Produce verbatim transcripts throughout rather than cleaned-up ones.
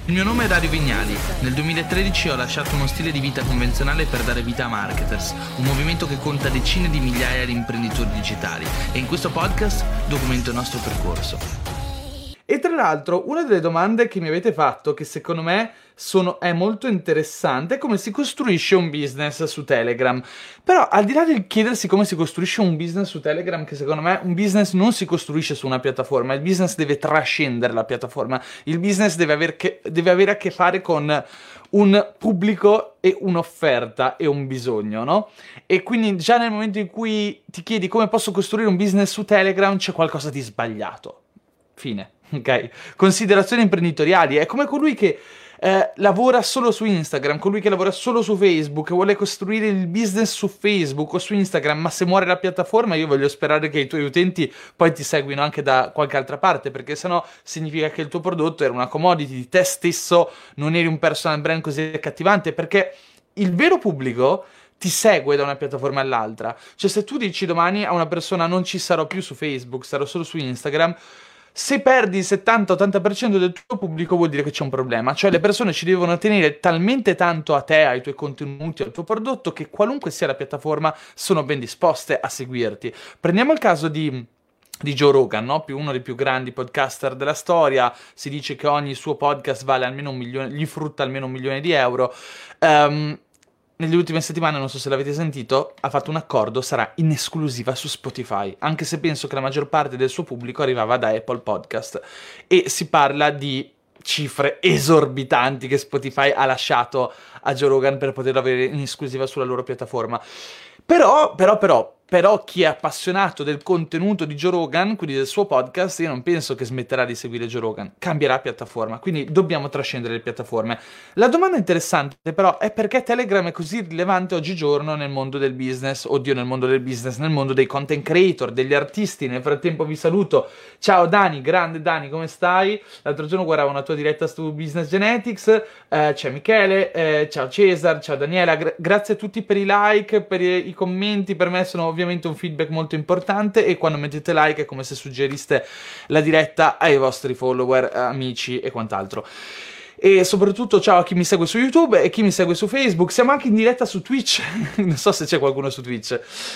Il mio nome è Dario Vignali. Nel duemilatredici ho lasciato uno stile di vita convenzionale per dare vita a Marketers, un movimento che conta decine di migliaia di imprenditori digitali, e in questo podcast documento il nostro percorso. E tra l'altro, una delle domande che mi avete fatto, che secondo me sono, è molto interessante, è come si costruisce un business su Telegram. Però al di là del chiedersi come si costruisce un business su Telegram, che secondo me un business non si costruisce su una piattaforma, il business deve trascendere la piattaforma, il business deve, aver che, deve avere a che fare con un pubblico e un'offerta e un bisogno, no? E quindi già nel momento in cui ti chiedi come posso costruire un business su Telegram, c'è qualcosa di sbagliato. Fine. Ok? Considerazioni imprenditoriali. È come colui che eh, lavora solo su Instagram, colui che lavora solo su Facebook, vuole costruire il business su Facebook o su Instagram, ma se muore la piattaforma io voglio sperare che i tuoi utenti poi ti seguino anche da qualche altra parte, perché sennò significa che il tuo prodotto era una commodity, di te stesso non eri un personal brand così accattivante, perché il vero pubblico ti segue da una piattaforma all'altra. Cioè, se tu dici domani a una persona non ci sarò più su Facebook, sarò solo su Instagram, se perdi il settanta ottanta per cento del tuo pubblico vuol dire che c'è un problema. Cioè, le persone ci devono tenere talmente tanto a te, ai tuoi contenuti, al tuo prodotto, che qualunque sia la piattaforma sono ben disposte a seguirti. Prendiamo il caso di di Joe Rogan, no? Più uno dei più grandi podcaster della storia. Si dice che ogni suo podcast vale almeno un milione, gli frutta almeno un milione di euro. Um, Nelle ultime settimane, non so se l'avete sentito, ha fatto un accordo, sarà in esclusiva su Spotify, anche se penso che la maggior parte del suo pubblico arrivava da Apple Podcast. E si parla di cifre esorbitanti che Spotify ha lasciato a Joe Rogan per poterlo avere in esclusiva sulla loro piattaforma. Però, però, però, però chi è appassionato del contenuto di Joe Rogan, quindi del suo podcast, io non penso che smetterà di seguire Joe Rogan, cambierà piattaforma, quindi dobbiamo trascendere le piattaforme. La domanda interessante però è perché Telegram è così rilevante oggigiorno nel mondo del business, oddio nel mondo del business, nel mondo dei content creator, degli artisti. Nel frattempo vi saluto, ciao Dani, grande Dani, come stai? L'altro giorno guardavo una tua diretta su Business Genetics, eh, c'è Michele, eh, ciao Cesar, ciao Daniela, Gra- grazie a tutti per i like, per i, i commenti, per me sono ovviamente un feedback molto importante, e quando mettete like è come se suggeriste la diretta ai vostri follower, amici e quant'altro. E soprattutto ciao a chi mi segue su YouTube e chi mi segue su Facebook. Siamo anche in diretta su Twitch, non so se c'è qualcuno su Twitch.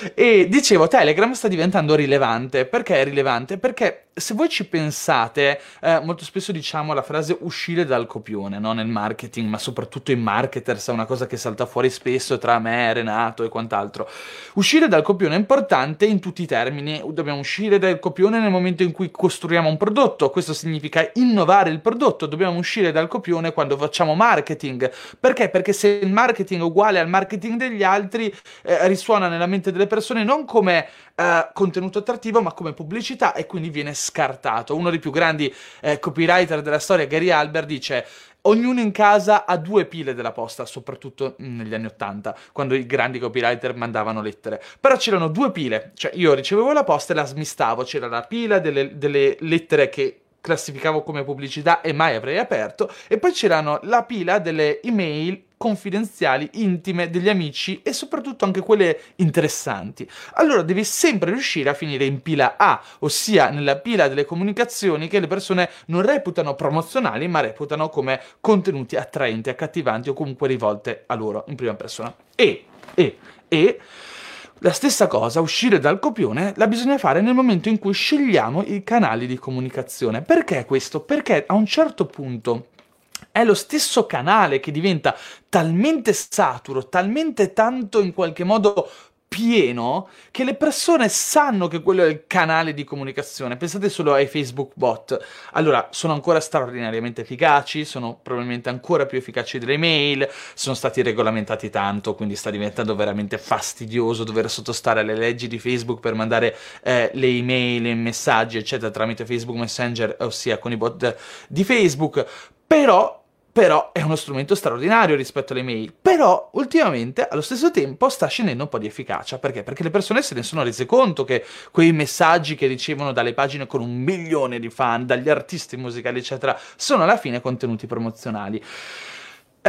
E dicevo, Telegram sta diventando rilevante. Perché è rilevante? Perché se voi ci pensate, eh, molto spesso diciamo la frase uscire dal copione, no? Nel marketing, ma soprattutto in Marketers, è una cosa che salta fuori spesso tra me, Renato e quant'altro. Uscire dal copione è importante in tutti i termini. Dobbiamo uscire dal copione nel momento in cui costruiamo un prodotto, questo significa innovare il prodotto. Dobbiamo uscire dal copione quando facciamo marketing. Perché? Perché se il marketing è uguale al marketing degli altri, eh, risuona nella mente delle persone non come eh, contenuto attrattivo, ma come pubblicità, e quindi viene scartato. Uno dei più grandi eh, copywriter della storia, Gary Albert, dice: ognuno in casa ha due pile della posta, soprattutto negli anni ottanta, quando i grandi copywriter mandavano lettere. Però c'erano due pile, cioè io ricevevo la posta e la smistavo, c'era la pila delle, delle lettere che classificavo come pubblicità e mai avrei aperto, e poi c'erano la pila delle email confidenziali, intime, degli amici, e soprattutto anche quelle interessanti. Allora devi sempre riuscire a finire in pila A, ossia nella pila delle comunicazioni che le persone non reputano promozionali, ma reputano come contenuti attraenti, accattivanti o comunque rivolte a loro in prima persona. E, e, e... la stessa cosa, uscire dal copione, la bisogna fare nel momento in cui scegliamo i canali di comunicazione. Perché questo? Perché a un certo punto è lo stesso canale che diventa talmente saturo, talmente tanto in qualche modo pieno, che le persone sanno che quello è il canale di comunicazione. Pensate solo ai Facebook bot. Allora, sono ancora straordinariamente efficaci, sono probabilmente ancora più efficaci delle mail, sono stati regolamentati tanto, quindi sta diventando veramente fastidioso dover sottostare alle leggi di Facebook per mandare eh, le email, i messaggi, eccetera, tramite Facebook Messenger, ossia con i bot di Facebook. Però Però è uno strumento straordinario rispetto alle mail. Però ultimamente, allo stesso tempo, sta scendendo un po' di efficacia. Perché? Perché le persone se ne sono rese conto che quei messaggi che ricevono dalle pagine con un milione di fan, dagli artisti musicali, eccetera, sono alla fine contenuti promozionali. Eh,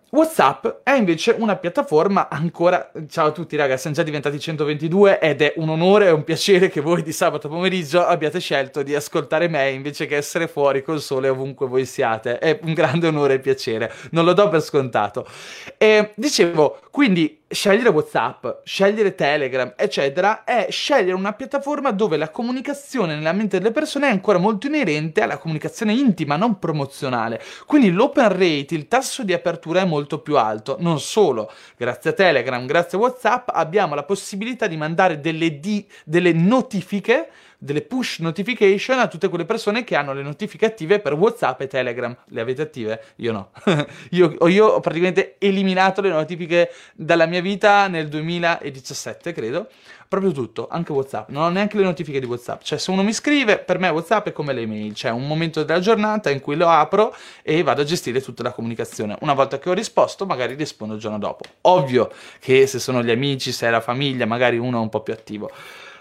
WhatsApp è invece una piattaforma ancora, ciao a tutti ragazzi, siamo già diventati centoventidue ed è un onore e un piacere che voi di sabato pomeriggio abbiate scelto di ascoltare me invece che essere fuori col sole ovunque voi siate. È un grande onore e piacere, non lo do per scontato. E dicevo, quindi scegliere WhatsApp, scegliere Telegram, eccetera, è scegliere una piattaforma dove la comunicazione nella mente delle persone è ancora molto inerente alla comunicazione intima, non promozionale. Quindi l'open rate, il tasso di apertura è molto più alto. Non solo, grazie a Telegram, grazie a WhatsApp abbiamo la possibilità di mandare delle, di, delle notifiche, delle push notification a tutte quelle persone che hanno le notifiche attive per WhatsApp e Telegram. Le avete attive? Io no. io, io ho praticamente eliminato le notifiche dalla mia vita nel duemiladiciassette, credo. Proprio tutto, anche WhatsApp. Non ho neanche le notifiche di WhatsApp. Cioè, se uno mi scrive, per me WhatsApp è come le email. C'è un momento della giornata in cui lo apro e vado a gestire tutta la comunicazione. Una volta che ho risposto, magari rispondo il giorno dopo. Ovvio che se sono gli amici, se è la famiglia, magari uno è un po' più attivo.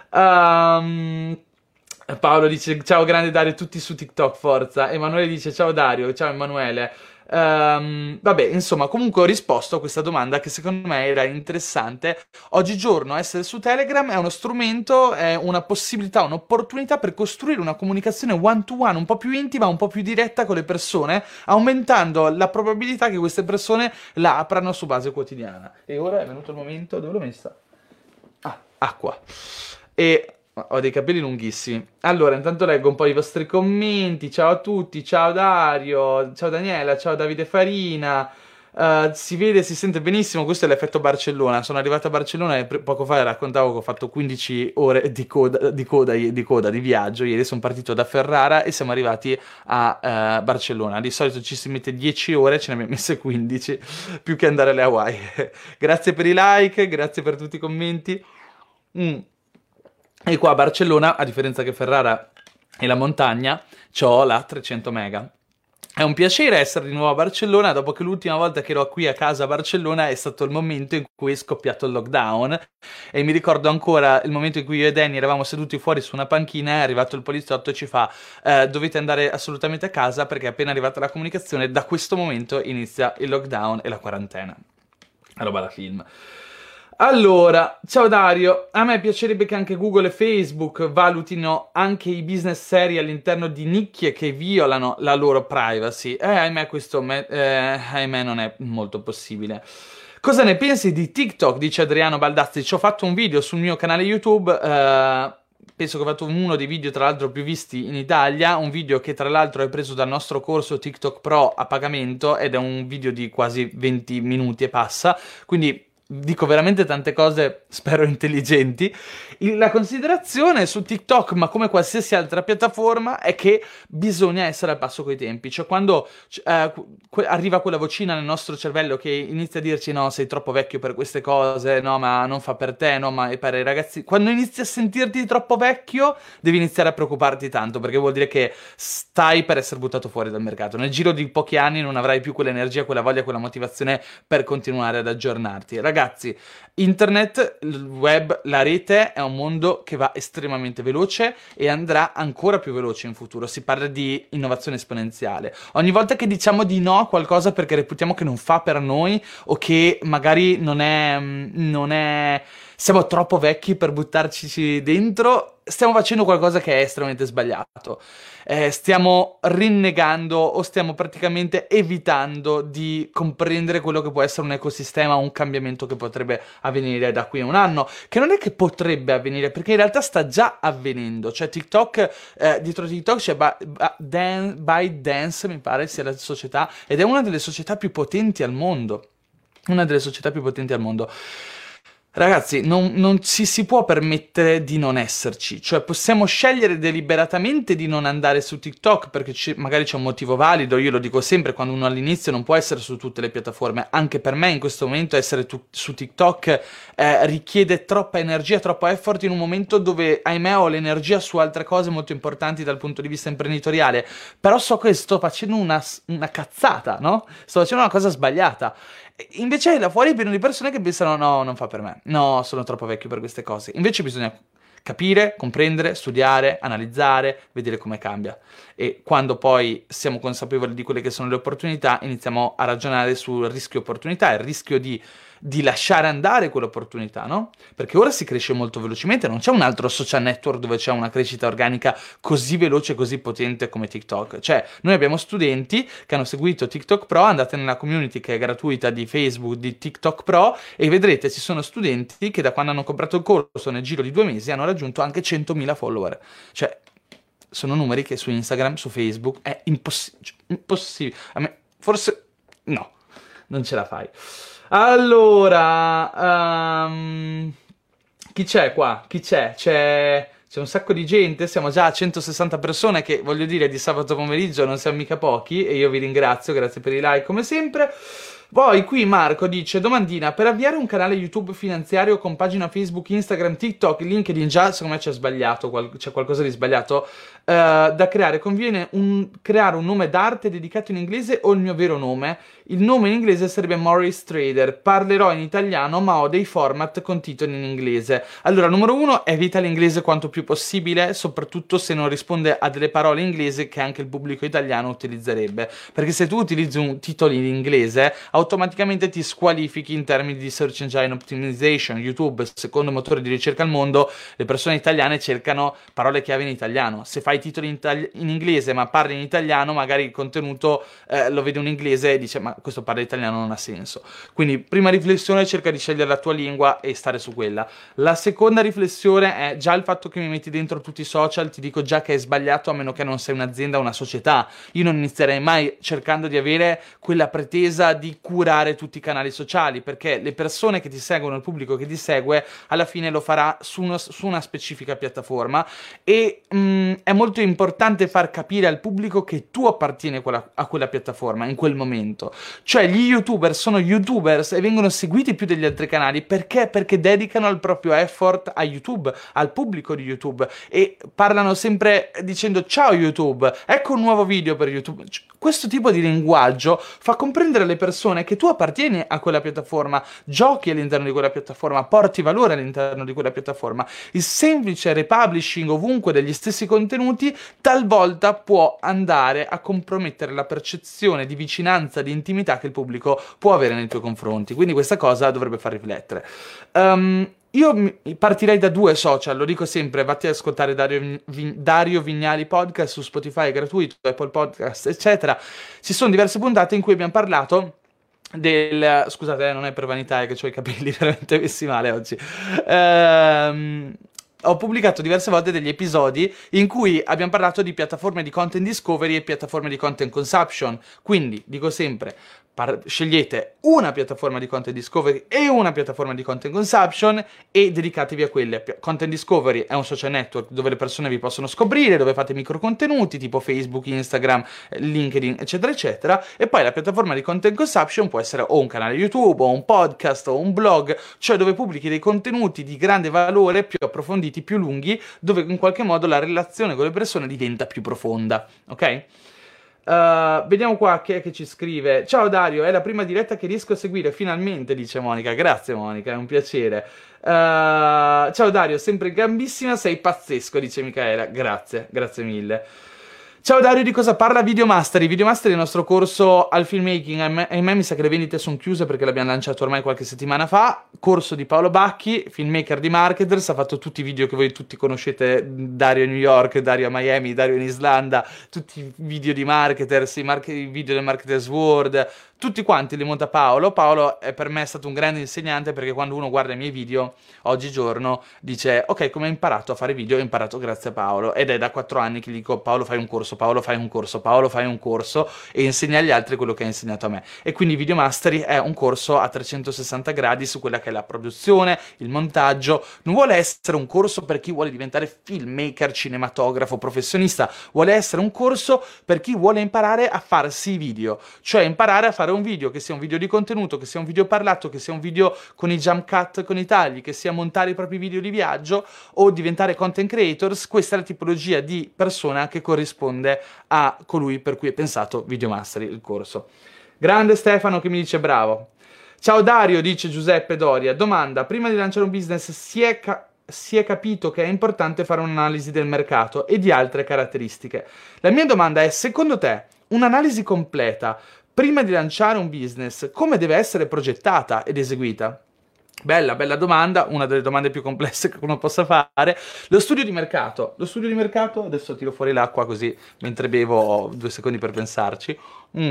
Um, Paolo dice ciao grande Dario, tutti su TikTok, forza. Emanuele dice ciao Dario, ciao Emanuele. Um, vabbè, insomma, comunque ho risposto a questa domanda che secondo me era interessante. Oggigiorno essere su Telegram è uno strumento, è una possibilità, un'opportunità per costruire una comunicazione one to one un po' più intima, un po' più diretta con le persone, aumentando la probabilità che queste persone la aprano su base quotidiana. E ora è venuto il momento, dove l'ho messa? Ah, acqua. E ho dei capelli lunghissimi. Allora, intanto leggo un po' i vostri commenti. Ciao a tutti, ciao Dario, ciao Daniela, ciao Davide Farina. Uh, si vede, si sente benissimo. Questo è l'effetto Barcellona. Sono arrivato a Barcellona e poco fa raccontavo che ho fatto quindici ore di coda di, coda, di, coda, di viaggio. Ieri sono partito da Ferrara e siamo arrivati a uh, Barcellona. Di solito ci si mette dieci ore, ce ne abbiamo messe quindici, più che andare alle Hawaii. Grazie per i like, grazie per tutti i commenti. Mm. E qua a Barcellona, a differenza che Ferrara e la montagna, c'ho la trecento mega. È un piacere essere di nuovo a Barcellona, dopo che l'ultima volta che ero qui a casa a Barcellona è stato il momento in cui è scoppiato il lockdown. E mi ricordo ancora il momento in cui io e Danny eravamo seduti fuori su una panchina, è arrivato il poliziotto e ci fa eh, dovete andare assolutamente a casa perché è appena arrivata la comunicazione, da questo momento inizia il lockdown e la quarantena. Roba da film. Allora, ciao Dario, a me piacerebbe che anche Google e Facebook valutino anche i business seri all'interno di nicchie che violano la loro privacy. Eh, ahimè, questo me, eh, ahimè non è molto possibile. Cosa ne pensi di TikTok? Dice Adriano Baldazzi. Ci ho fatto un video sul mio canale YouTube, eh, penso che ho fatto uno dei video tra l'altro più visti in Italia, un video che tra l'altro è preso dal nostro corso TikTok Pro a pagamento ed è un video di quasi venti minuti e passa, quindi dico veramente tante cose, spero intelligenti. La considerazione su TikTok, ma come qualsiasi altra piattaforma, è che bisogna essere al passo coi tempi. Cioè quando eh, arriva quella vocina nel nostro cervello che inizia a dirci no, sei troppo vecchio per queste cose, no, ma non fa per te, no, ma è per i ragazzi. Quando inizi a sentirti troppo vecchio, devi iniziare a preoccuparti tanto, perché vuol dire che stai per essere buttato fuori dal mercato. Nel giro di pochi anni non avrai più quell'energia, quella voglia, quella motivazione per continuare ad aggiornarti. Ragazzi, Ragazzi, internet, il web, la rete è un mondo che va estremamente veloce e andrà ancora più veloce in futuro. Si parla di innovazione esponenziale. Ogni volta che diciamo di no a qualcosa perché reputiamo che non fa per noi o che magari non è, non è, siamo troppo vecchi per buttarci dentro, stiamo facendo qualcosa che è estremamente sbagliato. Eh, stiamo rinnegando o stiamo praticamente evitando di comprendere quello che può essere un ecosistema, un cambiamento che potrebbe avvenire da qui a un anno, che non è che potrebbe avvenire, perché in realtà sta già avvenendo. Cioè TikTok, eh, dietro TikTok c'è ByteDance, mi pare sia la società, ed è una delle società più potenti al mondo. Una delle società più potenti al mondo. Ragazzi, non, non ci si può permettere di non esserci, cioè possiamo scegliere deliberatamente di non andare su TikTok perché c- magari c'è un motivo valido. Io lo dico sempre, quando uno all'inizio non può essere su tutte le piattaforme. Anche per me in questo momento essere tu- su TikTok eh, richiede troppa energia, troppo effort in un momento dove, ahimè, ho l'energia su altre cose molto importanti dal punto di vista imprenditoriale, però so che sto facendo una, una cazzata, no? Sto facendo una cosa sbagliata. Invece là fuori è pieno di persone che pensano no, non fa per me, no, sono troppo vecchio per queste cose. Invece bisogna capire, comprendere, studiare, analizzare, vedere come cambia. E quando poi siamo consapevoli di quelle che sono le opportunità, iniziamo a ragionare sul rischio opportunità, il rischio di, di lasciare andare quell'opportunità, no? Perché ora si cresce molto velocemente, non c'è un altro social network dove c'è una crescita organica così veloce e così potente come TikTok. Cioè, noi abbiamo studenti che hanno seguito TikTok Pro, andate nella community che è gratuita di Facebook di TikTok Pro e vedrete ci sono studenti che da quando hanno comprato il corso nel giro di due mesi hanno raggiunto anche centomila follower. Cioè, sono numeri che su Instagram, su Facebook è impossibile. Impossibile. A me, forse, no, non ce la fai. Allora, um, chi c'è qua? Chi c'è? C'è... C'è un sacco di gente, siamo già a centosessanta persone che, voglio dire, di sabato pomeriggio non siamo mica pochi e io vi ringrazio, grazie per i like come sempre. Poi qui Marco dice, domandina, per avviare un canale YouTube finanziario con pagina Facebook, Instagram, TikTok, LinkedIn, già secondo me c'è sbagliato, qual- c'è qualcosa di sbagliato, eh, da creare, conviene un, creare un nome d'arte dedicato in inglese o il mio vero nome? Il nome in inglese sarebbe Maurice Trader, parlerò in italiano ma ho dei format con titoli in inglese. Allora, numero uno, evita l'inglese quanto più possibile, soprattutto se non risponde a delle parole inglesi che anche il pubblico italiano utilizzerebbe, perché se tu utilizzi un titolo in inglese, automaticamente ti squalifichi in termini di search engine optimization. YouTube, secondo motore di ricerca al mondo, le persone italiane cercano parole chiave in italiano. Se fai titoli in, itali- in inglese ma parli in italiano, magari il contenuto eh, lo vede un inglese e dice ma questo parla italiano, non ha senso. Quindi prima riflessione, cerca di scegliere la tua lingua e stare su quella. La seconda riflessione è già il fatto che mi metti dentro tutti i social, ti dico già che è sbagliato a meno che non sei un'azienda o una società. Io non inizierei mai cercando di avere quella pretesa di curare tutti i canali sociali, perché le persone che ti seguono, il pubblico che ti segue, alla fine lo farà su una, su una specifica piattaforma e mh, è molto importante far capire al pubblico che tu appartieni a quella, a quella piattaforma in quel momento. Cioè gli youtuber sono youtubers e vengono seguiti più degli altri canali perché? Perché dedicano il proprio effort a YouTube, al pubblico di YouTube e parlano sempre dicendo ciao YouTube, ecco un nuovo video per YouTube. Questo tipo di linguaggio fa comprendere alle persone che tu appartieni a quella piattaforma, giochi all'interno di quella piattaforma, porti valore all'interno di quella piattaforma. Il semplice republishing ovunque degli stessi contenuti talvolta può andare a compromettere la percezione di vicinanza, di intimità che il pubblico può avere nei tuoi confronti. Quindi questa cosa dovrebbe far riflettere. Um, Io partirei da due social, lo dico sempre, vatti ad ascoltare Dario, Vin- Dario Vignali Podcast su Spotify, è gratuito, Apple Podcast, eccetera. Ci sono diverse puntate in cui abbiamo parlato del... Scusate, eh, non è per vanità, è che ho i capelli veramente messi male oggi. Ehm... Ho pubblicato diverse volte degli episodi in cui abbiamo parlato di piattaforme di content discovery e piattaforme di content consumption. Quindi, dico sempre, par- scegliete una piattaforma di content discovery e una piattaforma di content consumption e dedicatevi a quelle. Content discovery è un social network dove le persone vi possono scoprire, dove fate micro contenuti tipo Facebook, Instagram, LinkedIn, eccetera, eccetera. E poi la piattaforma di content consumption può essere o un canale YouTube, o un podcast, o un blog, cioè dove pubblichi dei contenuti di grande valore, più approfonditi, più lunghi, dove in qualche modo la relazione con le persone diventa più profonda, ok? Uh, vediamo qua chi è che ci scrive. Ciao Dario, è la prima diretta che riesco a seguire finalmente, dice Monica. Grazie Monica, è un piacere. Uh, ciao Dario, sempre gambissima, sei pazzesco, dice Michaela. Grazie, grazie mille. Ciao Dario, di cosa parla Video Mastery? Video Mastery è il nostro corso al filmmaking, e a me mi sa che le vendite sono chiuse perché l'abbiamo lanciato ormai qualche settimana fa. Corso di Paolo Bacchi, filmmaker di Marketers, ha fatto tutti i video che voi tutti conoscete, Dario a New York, Dario a Miami, Dario in Islanda, tutti i video di Marketers, i, mar- i video del Marketers World, tutti quanti li monta Paolo. Paolo è per me stato un grande insegnante perché quando uno guarda i miei video oggigiorno dice ok, come hai imparato a fare video? Ho imparato grazie a Paolo, ed è da quattro anni che gli dico Paolo fai un corso, Paolo fai un corso, Paolo fai un corso e insegna agli altri quello che ha insegnato a me. E quindi Video Mastery è un corso a trecentosessanta gradi su quella che è la produzione, il montaggio. Non vuole essere un corso per chi vuole diventare filmmaker, cinematografo, professionista, vuole essere un corso per chi vuole imparare a farsi video, cioè imparare a fare un video, che sia un video di contenuto, che sia un video parlato, che sia un video con i jump cut, con i tagli, che sia montare i propri video di viaggio o diventare content creators. Questa è la tipologia di persona che corrisponde a colui per cui è pensato Video Mastery, il corso. Grande Stefano che mi dice bravo. Ciao Dario, dice Giuseppe Doria. Domanda, prima di lanciare un business si è... Ca- si è capito che è importante fare un'analisi del mercato e di altre caratteristiche. La mia domanda è, secondo te, un'analisi completa prima di lanciare un business, come deve essere progettata ed eseguita? Bella, bella domanda, una delle domande più complesse che uno possa fare. Lo studio di mercato. Lo studio di mercato, adesso tiro fuori l'acqua così, mentre bevo ho due secondi per pensarci. Mm.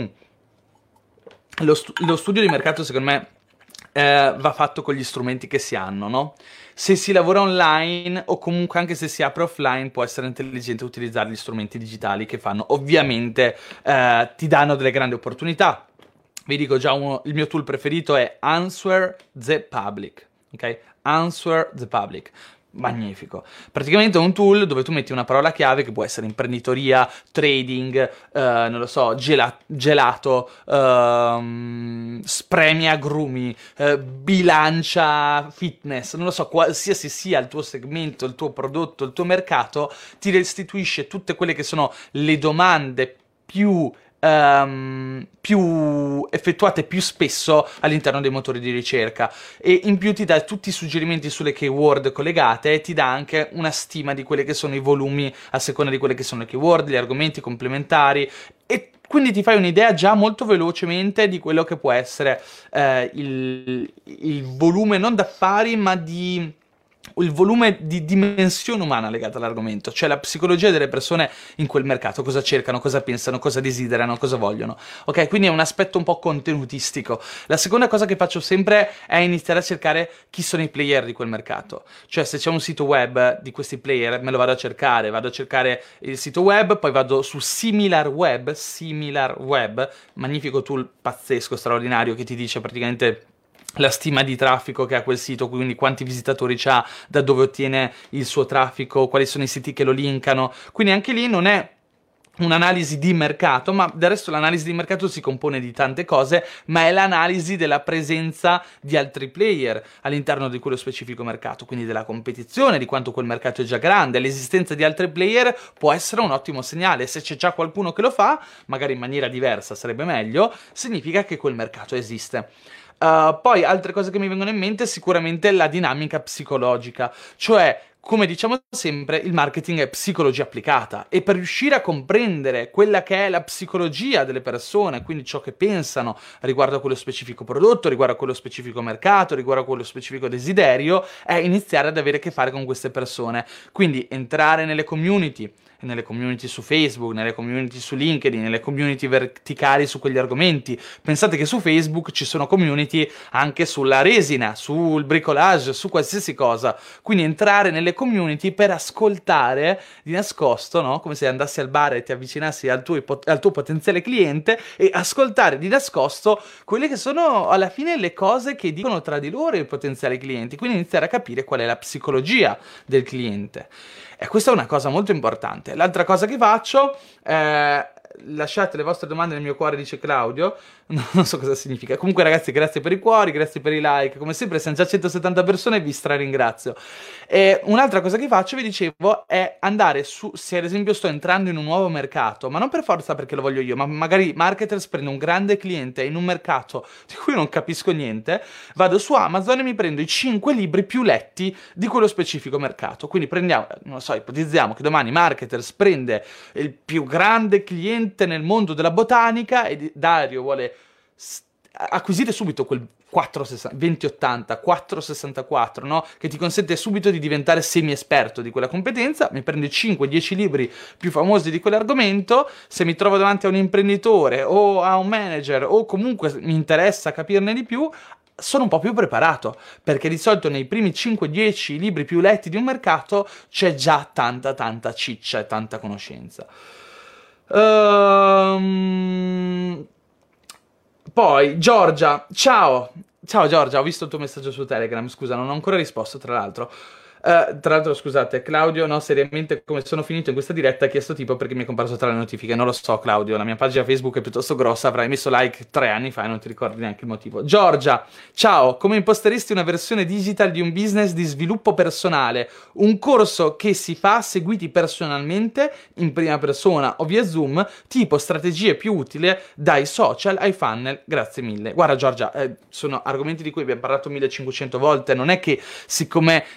Lo, stu- lo studio di mercato, secondo me, eh, va fatto con gli strumenti che si hanno, no? Se si lavora online o comunque anche se si apre offline, può essere intelligente utilizzare gli strumenti digitali che fanno. Ovviamente eh, ti danno delle grandi opportunità. Vi dico già, uno, il mio tool preferito è Answer the Public, ok? Answer the Public, magnifico. Praticamente è un tool dove tu metti una parola chiave che può essere imprenditoria, trading, eh, non lo so, gela- gelato, ehm, spremi agrumi, eh, bilancia fitness, non lo so, qualsiasi sia il tuo segmento, il tuo prodotto, il tuo mercato, ti restituisce tutte quelle che sono le domande più... Um, più effettuate più spesso all'interno dei motori di ricerca, e in più ti dà tutti i suggerimenti sulle keyword collegate e ti dà anche una stima di quelli che sono i volumi a seconda di quelle che sono le keyword, gli argomenti complementari, e quindi ti fai un'idea già molto velocemente di quello che può essere eh, il, il volume non d'affari ma di... il volume di dimensione umana legata all'argomento, cioè la psicologia delle persone in quel mercato, cosa cercano, cosa pensano, cosa desiderano, cosa vogliono. Ok, quindi è un aspetto un po' contenutistico. La seconda cosa che faccio sempre è iniziare a cercare chi sono i player di quel mercato. Cioè, se c'è un sito web di questi player, me lo vado a cercare, vado a cercare il sito web, poi vado su SimilarWeb, SimilarWeb, magnifico tool pazzesco, straordinario, che ti dice praticamente la stima di traffico che ha quel sito, quindi quanti visitatori c'ha, da dove ottiene il suo traffico, quali sono i siti che lo linkano. Quindi anche lì non è un'analisi di mercato, ma del resto l'analisi di mercato si compone di tante cose, ma è l'analisi della presenza di altri player all'interno di quello specifico mercato, quindi della competizione, di quanto quel mercato è già grande. L'esistenza di altri player può essere un ottimo segnale. Se c'è già qualcuno che lo fa, magari in maniera diversa sarebbe meglio, significa che quel mercato esiste. Uh, poi altre cose che mi vengono in mente, sicuramente la dinamica psicologica, cioè, come diciamo sempre, il marketing è psicologia applicata, e per riuscire a comprendere quella che è la psicologia delle persone, quindi ciò che pensano riguardo a quello specifico prodotto, riguardo a quello specifico mercato, riguardo a quello specifico desiderio, è iniziare ad avere a che fare con queste persone. Quindi entrare nelle community, nelle community su Facebook, nelle community su LinkedIn, nelle community verticali su quegli argomenti. Pensate che su Facebook ci sono community anche sulla resina, sul bricolage, su qualsiasi cosa. Quindi entrare nelle community per ascoltare di nascosto, no? Come se andassi al bar e ti avvicinassi al tuo, al tuo potenziale cliente, e ascoltare di nascosto quelle che sono alla fine le cose che dicono tra di loro i potenziali clienti. Quindi iniziare a capire qual è la psicologia del cliente. E questa è una cosa molto importante. L'altra cosa che faccio è... lasciate le vostre domande nel mio cuore, dice Claudio. Non so cosa significa. Comunque ragazzi, grazie per i cuori, grazie per i like. Come sempre siamo già centosettanta persone e vi straringrazio. E un'altra cosa che faccio, vi dicevo, è andare su, se ad esempio sto entrando in un nuovo mercato, ma non per forza perché lo voglio io, ma magari Marketers prende un grande cliente in un mercato di cui non capisco niente, vado su Amazon e mi prendo i cinque libri più letti di quello specifico mercato. Quindi prendiamo, non so, ipotizziamo che domani Marketers prende il più grande cliente nel mondo della botanica e Dario vuole acquisire subito quel venti ottanta, quattrocentosessantaquattro, no? Che ti consente subito di diventare semi-esperto di quella competenza. Mi prendo i cinque dieci libri più famosi di quell'argomento. Se mi trovo davanti a un imprenditore o a un manager, o comunque mi interessa capirne di più, sono un po' più preparato, perché di solito nei primi cinque dieci libri più letti di un mercato c'è già tanta tanta ciccia e tanta conoscenza. Ehm... Poi, Giorgia, ciao! Ciao Giorgia, ho visto il tuo messaggio su Telegram, scusa, non ho ancora risposto, tra l'altro. Uh, tra l'altro, scusate, Claudio, no, seriamente, come sono finito in questa diretta, ha chiesto tipo perché mi è comparso tra le notifiche. Non lo so, Claudio, la mia pagina Facebook è piuttosto grossa, avrai messo like tre anni fa e non ti ricordi neanche il motivo. Giorgia, ciao, come imposteresti una versione digital di un business di sviluppo personale? Un corso che si fa seguiti personalmente, in prima persona o via Zoom, tipo strategie più utili dai social ai funnel, grazie mille. Guarda Giorgia, eh, sono argomenti di cui abbiamo parlato millecinquecento volte, non è che siccome ti occupi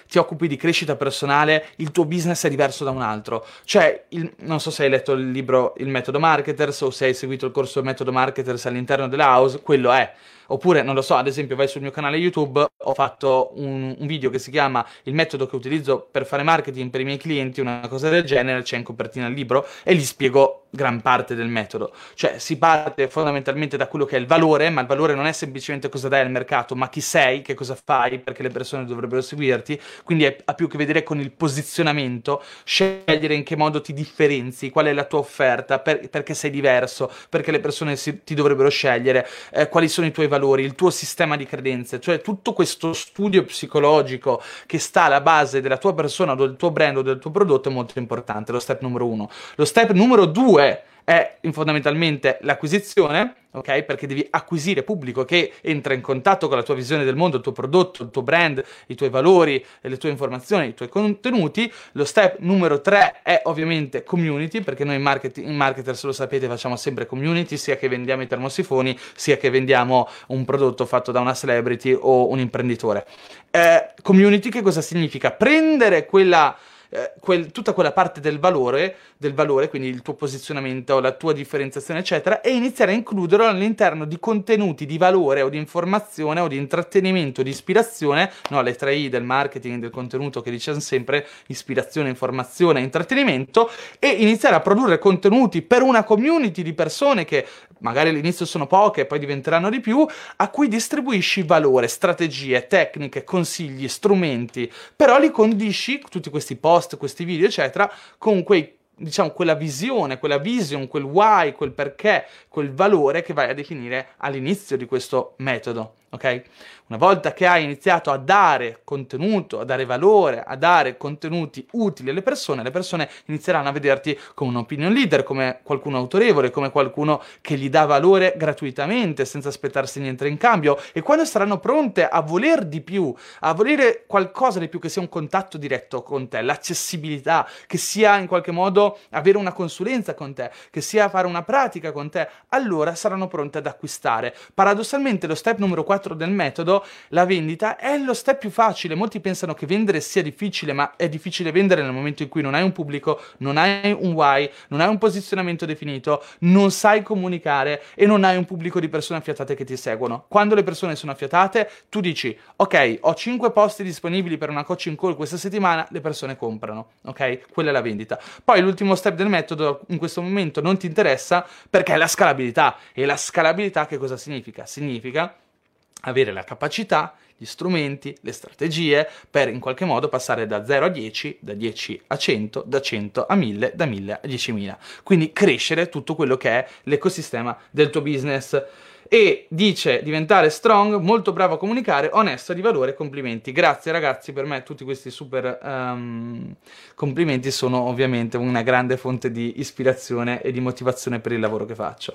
di crescita personale, il tuo business è diverso da un altro. Cioè, il, non so se hai letto il libro Il Metodo Marketers o se hai seguito il corso Metodo Marketers all'interno della House, quello è. Oppure, non lo so, ad esempio vai sul mio canale YouTube, ho fatto un, un video che si chiama Il metodo che utilizzo per fare marketing per i miei clienti, una cosa del genere, c'è in copertina il libro, e gli spiego gran parte del metodo. Cioè, si parte fondamentalmente da quello che è il valore, ma il valore non è semplicemente cosa dai al mercato, ma chi sei, che cosa fai, perché le persone dovrebbero seguirti, quindi è, ha più a che vedere con il posizionamento, scegliere in che modo ti differenzi, qual è la tua offerta, per, perché sei diverso, perché le persone si, ti dovrebbero scegliere, eh, quali sono i tuoi valori, il tuo sistema di credenze, cioè tutto questo studio psicologico che sta alla base della tua persona o del tuo brand o del tuo prodotto è molto importante, lo step numero uno. Lo step numero due è fondamentalmente l'acquisizione, ok? Perché devi acquisire pubblico che entra in contatto con la tua visione del mondo, il tuo prodotto, il tuo brand, i tuoi valori, le tue informazioni, i tuoi contenuti. Lo step numero tre è ovviamente community, perché noi in, marketing, in marketers, lo sapete, facciamo sempre community, sia che vendiamo i termosifoni, sia che vendiamo un prodotto fatto da una celebrity o un imprenditore. Eh, community che cosa significa? Prendere quella... Eh, quel, tutta quella parte del valore, del valore, quindi il tuo posizionamento, la tua differenziazione, eccetera, e iniziare a includerlo all'interno di contenuti di valore o di informazione o di intrattenimento, di ispirazione, no, le tre I del marketing, del contenuto che diciamo sempre, ispirazione, informazione, intrattenimento, e iniziare a produrre contenuti per una community di persone che magari all'inizio sono poche e poi diventeranno di più, a cui distribuisci valore, strategie, tecniche, consigli, strumenti, però li condisci, tutti questi post, questi video, eccetera, con quei, diciamo, quella visione, quella vision, quel why, quel perché, quel valore che vai a definire all'inizio di questo metodo, ok? Una volta che hai iniziato a dare contenuto, a dare valore, a dare contenuti utili alle persone, le persone inizieranno a vederti come un opinion leader, come qualcuno autorevole, come qualcuno che gli dà valore gratuitamente, senza aspettarsi niente in cambio, e quando saranno pronte a voler di più, a volere qualcosa di più, che sia un contatto diretto con te, l'accessibilità, che sia in qualche modo avere una consulenza con te, che sia fare una pratica con te, allora saranno pronte ad acquistare. Paradossalmente lo step numero quattro del metodo, la vendita, è lo step più facile. Molti pensano che vendere sia difficile, ma è difficile vendere nel momento in cui non hai un pubblico, non hai un why, non hai un posizionamento definito, non sai comunicare e non hai un pubblico di persone affiatate che ti seguono. Quando le persone sono affiatate, tu dici: ok, ho cinque posti disponibili per una coaching call questa settimana, le persone comprano, ok? Quella è la vendita. Poi l'ultimo step del metodo in questo momento non ti interessa, perché è la scalabilità. E la scalabilità che cosa significa? Significa avere la capacità, gli strumenti, le strategie per in qualche modo passare da zero a dieci, da dieci a cento, da cento a mille, da mille a diecimila. Quindi crescere tutto quello che è l'ecosistema del tuo business. E dice diventare strong, molto bravo a comunicare, onesto, di valore, complimenti. Grazie ragazzi, per me tutti questi super um, complimenti sono ovviamente una grande fonte di ispirazione e di motivazione per il lavoro che faccio.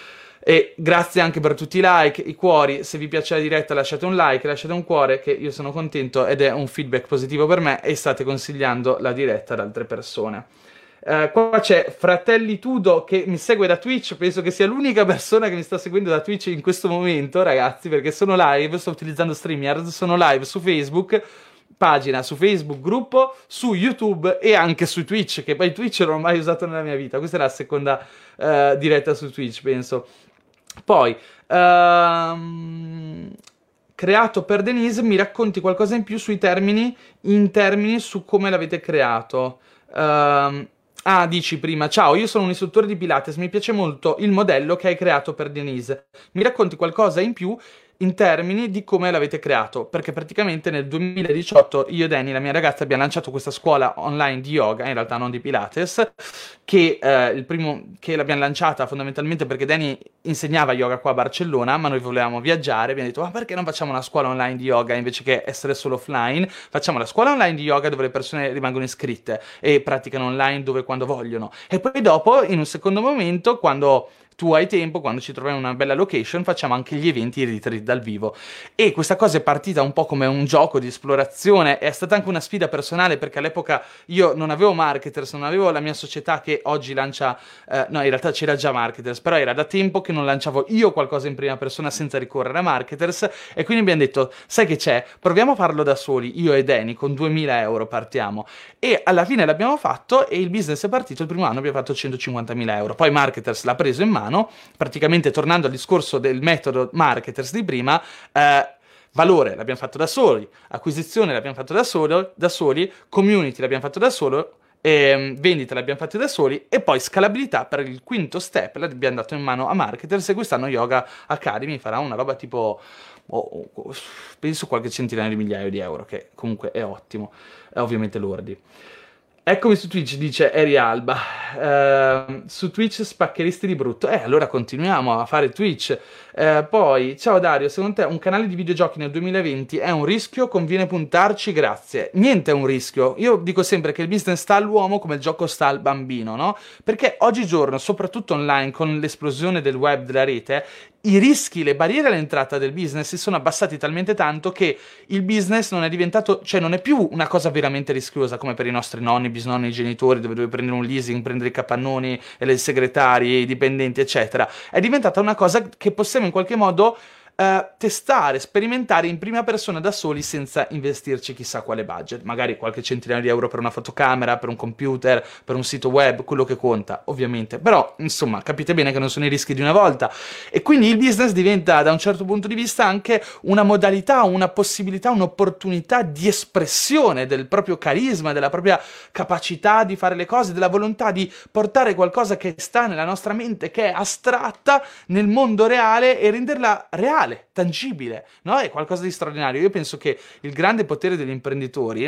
E grazie anche per tutti i like, i cuori. Se vi piace la diretta lasciate un like, lasciate un cuore, che io sono contento ed è un feedback positivo per me, e state consigliando la diretta ad altre persone. Uh, qua c'è Fratelli Tudo che mi segue da Twitch, penso che sia l'unica persona che mi sta seguendo da Twitch in questo momento, ragazzi, perché sono live, sto utilizzando StreamYard, sono live su Facebook, pagina su Facebook, gruppo, su YouTube e anche su Twitch, che poi Twitch non ho mai usato nella mia vita. Questa è la seconda uh, diretta su Twitch, penso. Poi, um, creato per Denise, mi racconti qualcosa in più sui termini, in termini su come l'avete creato. Um, ah, dici prima, ciao, io sono un istruttore di Pilates, mi piace molto il modello che hai creato per Denise. Mi racconti qualcosa in più in termini di come l'avete creato, perché praticamente nel duemiladiciotto io e Dani, la mia ragazza, abbiamo lanciato questa scuola online di yoga, in realtà non di Pilates, che, eh, il primo, che l'abbiamo lanciata fondamentalmente perché Dani insegnava yoga qua a Barcellona, ma noi volevamo viaggiare, abbiamo detto: ma perché non facciamo una scuola online di yoga invece che essere solo offline? Facciamo la scuola online di yoga dove le persone rimangono iscritte e praticano online dove e quando vogliono, e poi dopo, in un secondo momento, quando tu hai tempo, quando ci troviamo in una bella location facciamo anche gli eventi, i retreat dal vivo. E questa cosa è partita un po' come un gioco di esplorazione, è stata anche una sfida personale perché all'epoca io non avevo marketers, non avevo la mia società che oggi lancia, eh, no in realtà c'era già marketers, però era da tempo che non lanciavo io qualcosa in prima persona senza ricorrere a marketers, e quindi abbiamo detto, sai che c'è, proviamo a farlo da soli, io e Danny, con duemila euro partiamo, e alla fine l'abbiamo fatto e il business è partito. Il primo anno abbiamo fatto centocinquantamila euro, poi marketers l'ha preso in mano. Praticamente, tornando al discorso del metodo marketers di prima, eh, valore l'abbiamo fatto da soli, acquisizione l'abbiamo fatto da, solo, da soli, community l'abbiamo fatto da solo, e vendita l'abbiamo fatto da soli, e poi scalabilità per il quinto step l'abbiamo dato in mano a marketers, e quest'anno Yoga Academy farà una roba tipo, oh, oh, penso qualche centinaio di migliaia di euro, che comunque è ottimo, è ovviamente lordi. Eccomi su Twitch, dice Eri Alba. Uh, su Twitch spaccheresti di brutto. Eh, allora continuiamo a fare Twitch. Uh, poi, ciao Dario, secondo te un canale di videogiochi nel duemilaventi è un rischio? Conviene puntarci? Grazie. Niente è un rischio. Io dico sempre che il business sta all'uomo come il gioco sta al bambino, no? Perché oggigiorno, soprattutto online, con l'esplosione del web, della rete, i rischi, le barriere all'entrata del business si sono abbassati talmente tanto che il business non è diventato, cioè non è più una cosa veramente rischiosa come per i nostri nonni, bisnonni, i genitori, dove dovevi prendere un leasing, prendere i capannoni e le segretarie, i dipendenti, eccetera. È diventata una cosa che possiamo in qualche modo Uh, testare, sperimentare in prima persona da soli senza investirci chissà quale budget, magari qualche centinaio di euro per una fotocamera, per un computer, per un sito web, quello che conta ovviamente, però insomma capite bene che non sono i rischi di una volta, e quindi il business diventa da un certo punto di vista anche una modalità, una possibilità, un'opportunità di espressione del proprio carisma, della propria capacità di fare le cose, della volontà di portare qualcosa che sta nella nostra mente, che è astratta, nel mondo reale e renderla reale, tangibile, no? È qualcosa di straordinario. Io penso che il grande potere degli imprenditori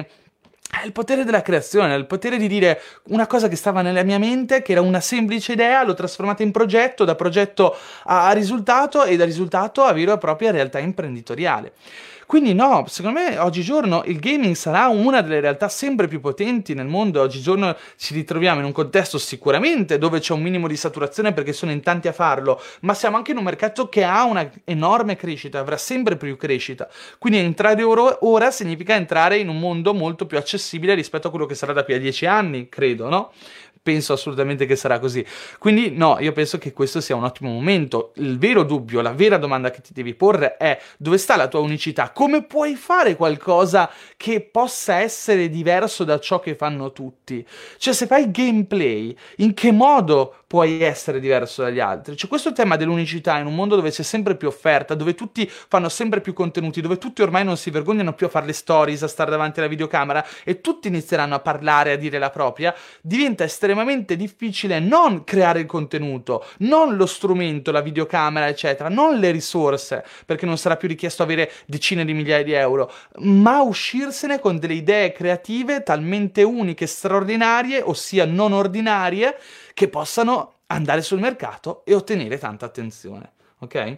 è il potere della creazione, è il potere di dire una cosa che stava nella mia mente, che era una semplice idea, l'ho trasformata in progetto, da progetto a risultato, e da risultato a vera e propria realtà imprenditoriale. Quindi no, secondo me oggigiorno il gaming sarà una delle realtà sempre più potenti nel mondo. Oggigiorno ci ritroviamo in un contesto sicuramente dove c'è un minimo di saturazione perché sono in tanti a farlo, ma siamo anche in un mercato che ha una enorme crescita, avrà sempre più crescita. Quindi entrare ora, ora significa entrare in un mondo molto più accessibile rispetto a quello che sarà da più a dieci anni, credo, no? Penso assolutamente che sarà così. Quindi no, io penso che questo sia un ottimo momento. Il vero dubbio, la vera domanda che ti devi porre è: dove sta la tua unicità? Come puoi fare qualcosa che possa essere diverso da ciò che fanno tutti? Cioè, se fai gameplay, in che modo puoi essere diverso dagli altri? Cioè, questo tema dell'unicità in un mondo dove c'è sempre più offerta, dove tutti fanno sempre più contenuti, dove tutti ormai non si vergognano più a fare le stories, a stare davanti alla videocamera, e tutti inizieranno a parlare, a dire la propria, diventa estremamente difficile non creare il contenuto, non lo strumento, la videocamera, eccetera, non le risorse, perché non sarà più richiesto avere decine di migliaia di euro, ma uscirsene con delle idee creative talmente uniche, straordinarie, ossia non ordinarie, che possano andare sul mercato e ottenere tanta attenzione, ok?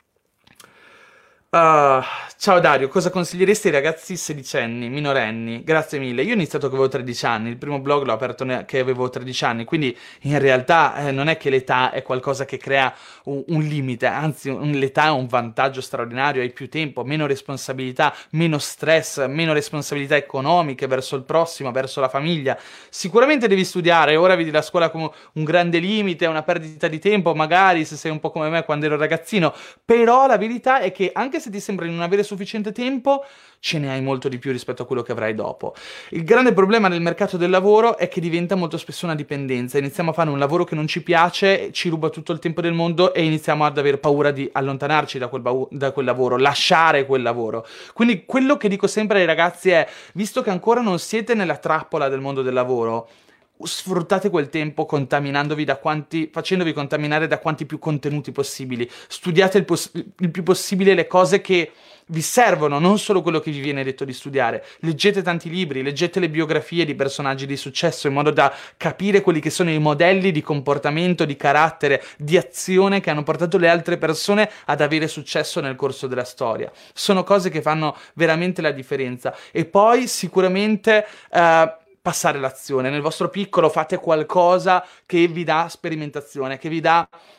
Uh, ciao Dario, cosa consiglieresti ai ragazzi sedicenni, minorenni? Grazie mille. Io ho iniziato che avevo tredici anni, il primo blog l'ho aperto che avevo tredici anni, quindi in realtà eh, non è che l'età è qualcosa che crea un, un limite, anzi un, l'età è un vantaggio straordinario, hai più tempo, meno responsabilità, meno stress, meno responsabilità economiche verso il prossimo, verso la famiglia. Sicuramente devi studiare, ora vedi la scuola come un grande limite, una perdita di tempo, magari se sei un po' come me quando ero ragazzino, però la verità è che anche se ti sembra di non avere sufficiente tempo, ce ne hai molto di più rispetto a quello che avrai dopo. Il grande problema nel mercato del lavoro è che diventa molto spesso una dipendenza. Iniziamo a fare un lavoro che non ci piace, ci ruba tutto il tempo del mondo e iniziamo ad aver paura di allontanarci da quel, da quel lavoro, lasciare quel lavoro. Quindi quello che dico sempre ai ragazzi è: visto che ancora non siete nella trappola del mondo del lavoro, sfruttate quel tempo contaminandovi da quanti, facendovi contaminare da quanti più contenuti possibili. Studiate il, poss- il più possibile le cose che vi servono, non solo quello che vi viene detto di studiare. Leggete tanti libri, leggete le biografie di personaggi di successo in modo da capire quelli che sono i modelli di comportamento, di carattere, di azione che hanno portato le altre persone ad avere successo nel corso della storia. Sono cose che fanno veramente la differenza. E poi sicuramente uh, passare l'azione. Nel vostro piccolo fate qualcosa che vi dà sperimentazione, che vi dà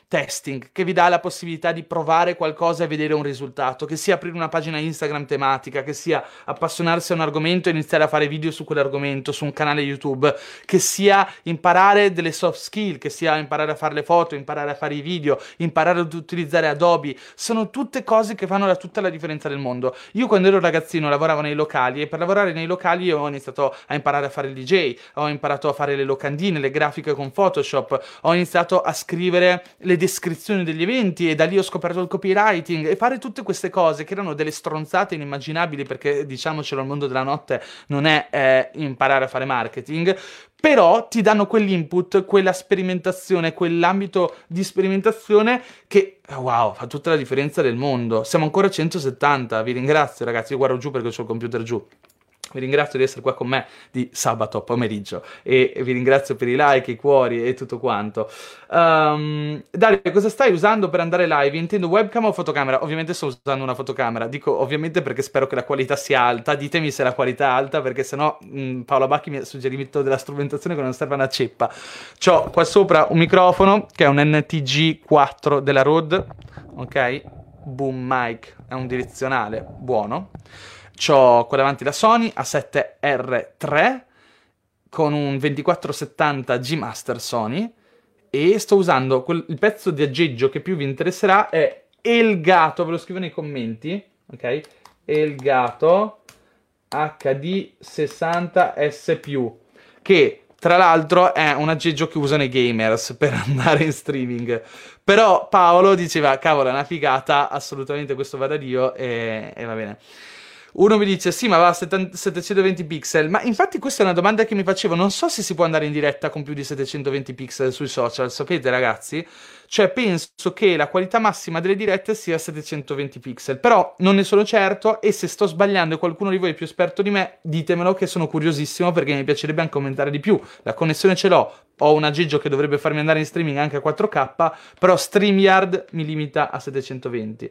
testing, che vi dà la possibilità di provare qualcosa e vedere un risultato, che sia aprire una pagina Instagram tematica, che sia appassionarsi a un argomento e iniziare a fare video su quell'argomento, su un canale YouTube, che sia imparare delle soft skill, che sia imparare a fare le foto, imparare a fare i video, imparare ad utilizzare Adobe. Sono tutte cose che fanno la, tutta la differenza del mondo. Io quando ero ragazzino lavoravo nei locali e per lavorare nei locali ho iniziato a imparare a fare il D J, ho imparato a fare le locandine, le grafiche con Photoshop, ho iniziato a scrivere le descrizioni degli eventi e da lì ho scoperto il copywriting e fare tutte queste cose che erano delle stronzate inimmaginabili, perché diciamocelo, il mondo della notte non è eh, imparare a fare marketing, però ti danno quell'input, quella sperimentazione, quell'ambito di sperimentazione che, wow, fa tutta la differenza del mondo. Siamo ancora a centosettanta, vi ringrazio ragazzi, io guardo giù perché ho il computer giù. Vi ringrazio di essere qua con me di sabato pomeriggio e vi ringrazio per i like, i cuori e tutto quanto. Um, Dario, cosa stai usando per andare live? Intendo webcam o fotocamera? Ovviamente sto usando una fotocamera, dico ovviamente perché spero che la qualità sia alta. Ditemi se la qualità è alta, perché sennò mh, Paola Bacchi mi ha suggerito della strumentazione che non serve a una ceppa. C'ho qua sopra un microfono che è un N T G quattro della Rode, ok? Boom mic, è un direzionale buono. C'ho qua davanti la Sony A sette R tre con un ventiquattro settanta G Master Sony e sto usando quel, il pezzo di aggeggio che più vi interesserà è Elgato, ve lo scrivo nei commenti, ok? Elgato H D sessanta S più, che tra l'altro è un aggeggio che usano i gamers per andare in streaming. Però Paolo diceva, cavolo, è una figata, assolutamente questo va da Dio e, e va bene. Uno mi dice, sì, ma va a settecentoventi pixel, ma infatti questa è una domanda che mi facevo, non so se si può andare in diretta con più di settecentoventi pixel sui social, sapete ragazzi? Cioè penso che la qualità massima delle dirette sia settecentoventi pixel, però non ne sono certo e se sto sbagliando e qualcuno di voi è più esperto di me, ditemelo che sono curiosissimo perché mi piacerebbe anche commentare di più. La connessione ce l'ho, ho un aggeggio che dovrebbe farmi andare in streaming anche a quattro K, però StreamYard mi limita a settecentoventi.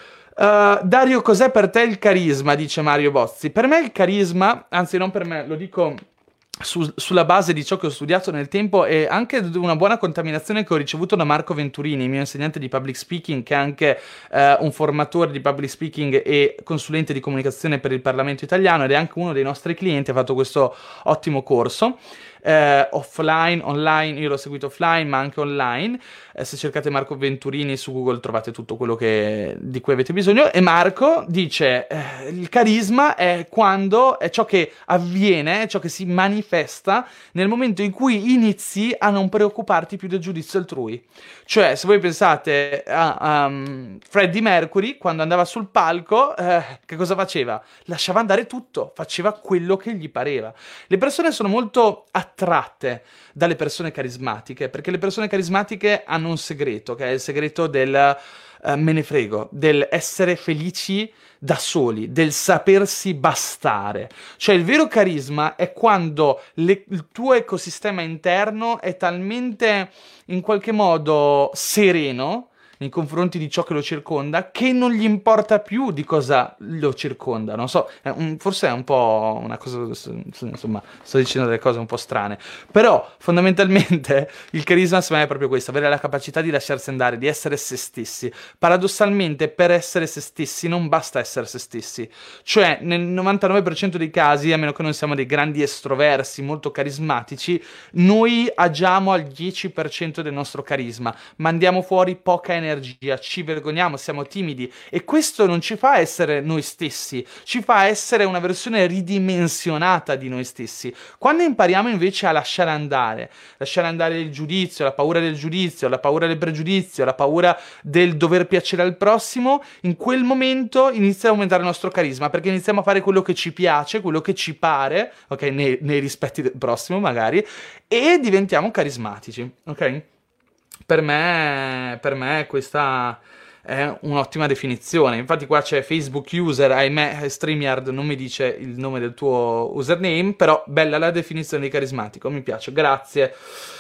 Uh, Dario, cos'è per te il carisma? Dice Mario Bozzi. Per me il carisma, anzi non per me, lo dico su, sulla base di ciò che ho studiato nel tempo e anche di una buona contaminazione che ho ricevuto da Marco Venturini, mio insegnante di public speaking, che è anche uh, un formatore di public speaking e consulente di comunicazione per il Parlamento italiano ed è anche uno dei nostri clienti, ha fatto questo ottimo corso. Eh, offline, online, io l'ho seguito offline ma anche online, eh, se cercate Marco Venturini su Google trovate tutto quello che, di cui avete bisogno. E Marco dice eh, il carisma è quando è ciò che avviene, è ciò che si manifesta nel momento in cui inizi a non preoccuparti più del giudizio altrui. Cioè, se voi pensate a um, Freddie Mercury quando andava sul palco, eh, che cosa faceva? Lasciava andare tutto, faceva quello che gli pareva. Le persone sono molto attratte dalle persone carismatiche, perché le persone carismatiche hanno un segreto, che è il segreto del uh, me ne frego, del essere felici da soli, del sapersi bastare. Cioè il vero carisma è quando le, il tuo ecosistema interno è talmente in qualche modo sereno nei confronti di ciò che lo circonda, che non gli importa più di cosa lo circonda. Non so, è un, forse è un po' una cosa, insomma, sto dicendo delle cose un po' strane, però fondamentalmente il carisma secondo me è proprio questo, avere la capacità di lasciarsi andare, di essere se stessi. Paradossalmente per essere se stessi non basta essere se stessi, cioè nel novantanove per cento dei casi, a meno che non siamo dei grandi estroversi molto carismatici, noi agiamo al dieci per cento del nostro carisma, mandiamo fuori poca energia, energia, ci vergogniamo, siamo timidi e questo non ci fa essere noi stessi, ci fa essere una versione ridimensionata di noi stessi. Quando impariamo invece a lasciare andare, lasciare andare il giudizio, la paura del giudizio, la paura del pregiudizio, la paura del dover piacere al prossimo, in quel momento inizia a aumentare il nostro carisma, perché iniziamo a fare quello che ci piace, quello che ci pare, ok, nei, nei rispetti del prossimo magari, e diventiamo carismatici, ok? Per me, per me questa è un'ottima definizione. Infatti qua c'è Facebook user, ahimè StreamYard non mi dice il nome del tuo username, però bella la definizione di carismatico, mi piace, grazie.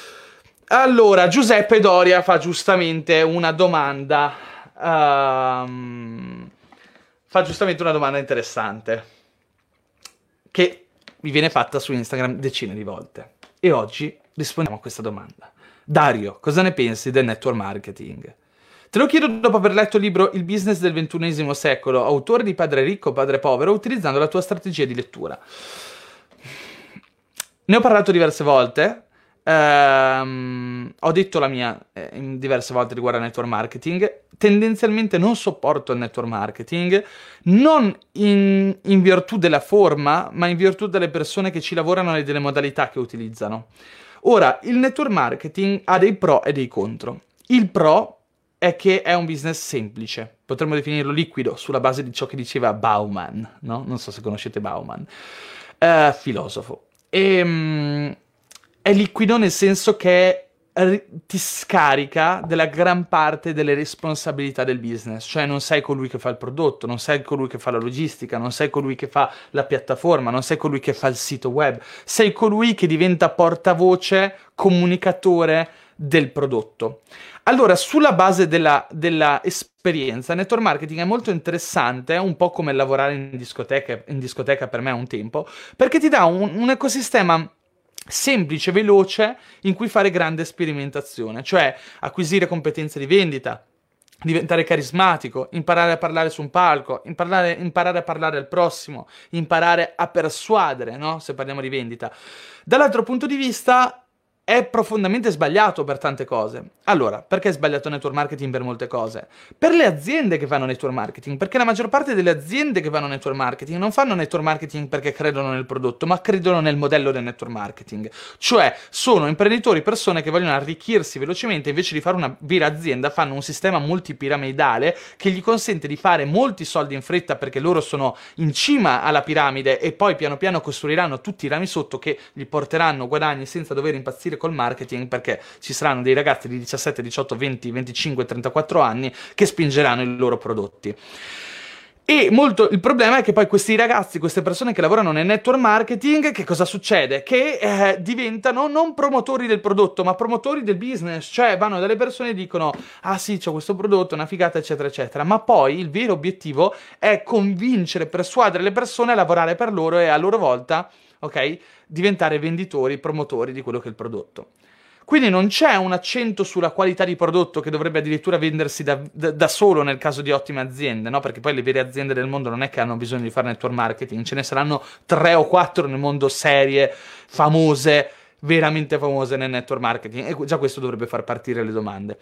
Allora, Giuseppe Doria fa giustamente una domanda, um, fa giustamente una domanda interessante, che mi viene fatta su Instagram decine di volte. E oggi rispondiamo a questa domanda. Dario, cosa ne pensi del network marketing? Te lo chiedo dopo aver letto il libro Il business del ventunesimo secolo, autore di Padre ricco, Padre povero, utilizzando la tua strategia di lettura. Ne ho parlato diverse volte, ehm, ho detto la mia eh, in diverse volte riguardo al network marketing. Tendenzialmente non sopporto il network marketing, non in, in virtù della forma, ma in virtù delle persone che ci lavorano e delle modalità che utilizzano. Ora, il network marketing ha dei pro e dei contro. Il pro è che è un business semplice, potremmo definirlo liquido, sulla base di ciò che diceva Bauman, no? Non so se conoscete Bauman, uh, filosofo. E, um, è liquido nel senso che ti scarica della gran parte delle responsabilità del business, cioè non sei colui che fa il prodotto, non sei colui che fa la logistica, non sei colui che fa la piattaforma, non sei colui che fa il sito web, sei colui che diventa portavoce, comunicatore del prodotto. Allora, sulla base della, della esperienza, il network marketing è molto interessante, è un po' come lavorare in discoteca, in discoteca per me un tempo, perché ti dà un, un ecosistema semplice, veloce, in cui fare grande sperimentazione, cioè acquisire competenze di vendita, diventare carismatico, imparare a parlare su un palco, imparare, imparare a parlare al prossimo, imparare a persuadere, no? Se parliamo di vendita. Dall'altro punto di vista è profondamente sbagliato per tante cose. Allora, perché è sbagliato il network marketing per molte cose? Per le aziende che fanno network marketing, perché la maggior parte delle aziende che fanno network marketing non fanno network marketing perché credono nel prodotto, ma credono nel modello del network marketing. Cioè, sono imprenditori, persone che vogliono arricchirsi velocemente, invece di fare una vera azienda, fanno un sistema multipiramidale che gli consente di fare molti soldi in fretta perché loro sono in cima alla piramide e poi piano piano costruiranno tutti i rami sotto che gli porteranno guadagni senza dover impazzire col marketing, perché ci saranno dei ragazzi di diciassette, diciotto, venti, venticinque, trentaquattro anni che spingeranno i loro prodotti. E molto il problema è che poi questi ragazzi, queste persone che lavorano nel network marketing, che cosa succede? Che eh, diventano non promotori del prodotto, ma promotori del business, cioè vanno dalle persone e dicono ah sì, c'ho questo prodotto, una figata, eccetera, eccetera, ma poi il vero obiettivo è convincere, persuadere le persone a lavorare per loro e a loro volta, ok, diventare venditori, promotori di quello che è il prodotto. Quindi non c'è un accento sulla qualità di prodotto che dovrebbe addirittura vendersi da, da, da solo nel caso di ottime aziende, no? Perché poi le vere aziende del mondo non è che hanno bisogno di fare network marketing, ce ne saranno tre o quattro nel mondo serie, famose, veramente famose nel network marketing, e già questo dovrebbe far partire le domande.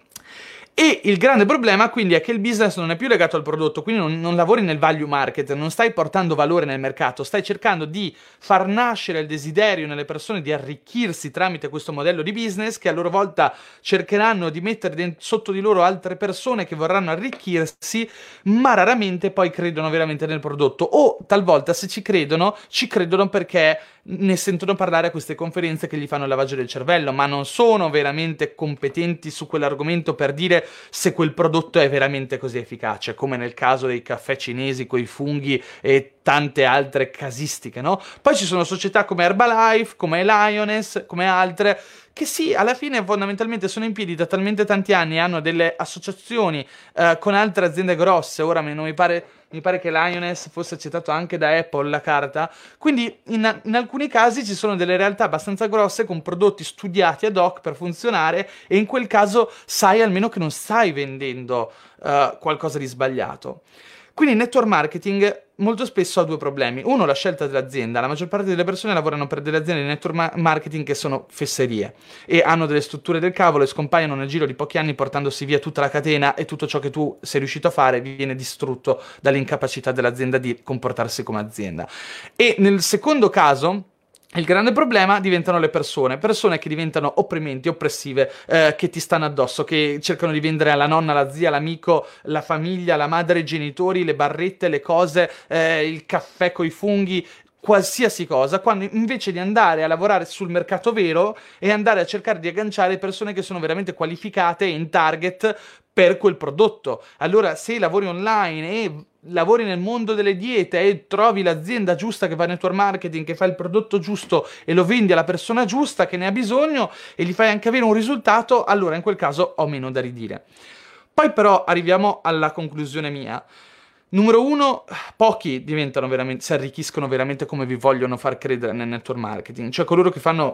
E il grande problema quindi è che il business non è più legato al prodotto, quindi non, non lavori nel value market, non stai portando valore nel mercato, stai cercando di far nascere il desiderio nelle persone di arricchirsi tramite questo modello di business, che a loro volta cercheranno di mettere dentro, sotto di loro altre persone che vorranno arricchirsi, ma raramente poi credono veramente nel prodotto, o talvolta se ci credono, ci credono perché ne sentono parlare a queste conferenze che gli fanno il lavaggio del cervello, ma non sono veramente competenti su quell'argomento per dire se quel prodotto è veramente così efficace, come nel caso dei caffè cinesi coi funghi e tante altre casistiche, no? Poi ci sono società come Herbalife, come Lioness, come altre, che sì, alla fine fondamentalmente sono in piedi da talmente tanti anni, hanno delle associazioni eh, con altre aziende grosse. Ora non mi pare, mi pare che Lioness fosse accettato anche da Apple, la carta, quindi in, in alcuni casi ci sono delle realtà abbastanza grosse con prodotti studiati ad hoc per funzionare, e in quel caso sai almeno che non stai vendendo uh, qualcosa di sbagliato. Quindi il network marketing molto spesso ha due problemi. Uno, la scelta dell'azienda. La maggior parte delle persone lavorano per delle aziende di network marketing che sono fesserie e hanno delle strutture del cavolo e scompaiono nel giro di pochi anni portandosi via tutta la catena, e tutto ciò che tu sei riuscito a fare viene distrutto dall'incapacità dell'azienda di comportarsi come azienda. E nel secondo caso, il grande problema diventano le persone, persone che diventano opprimenti, oppressive, eh, che ti stanno addosso, che cercano di vendere alla nonna, alla zia, all'amico, la famiglia, la madre, i genitori, le barrette, le cose, eh, il caffè coi funghi, qualsiasi cosa, quando invece di andare a lavorare sul mercato vero e andare a cercare di agganciare persone che sono veramente qualificate e in target per quel prodotto. Allora, se lavori online e lavori nel mondo delle diete e trovi l'azienda giusta che fa network marketing, che fa il prodotto giusto e lo vendi alla persona giusta che ne ha bisogno e gli fai anche avere un risultato, allora in quel caso ho meno da ridire. Poi però arriviamo alla conclusione mia. Numero uno, pochi diventano veramente, si arricchiscono veramente come vi vogliono far credere nel network marketing, cioè coloro che fanno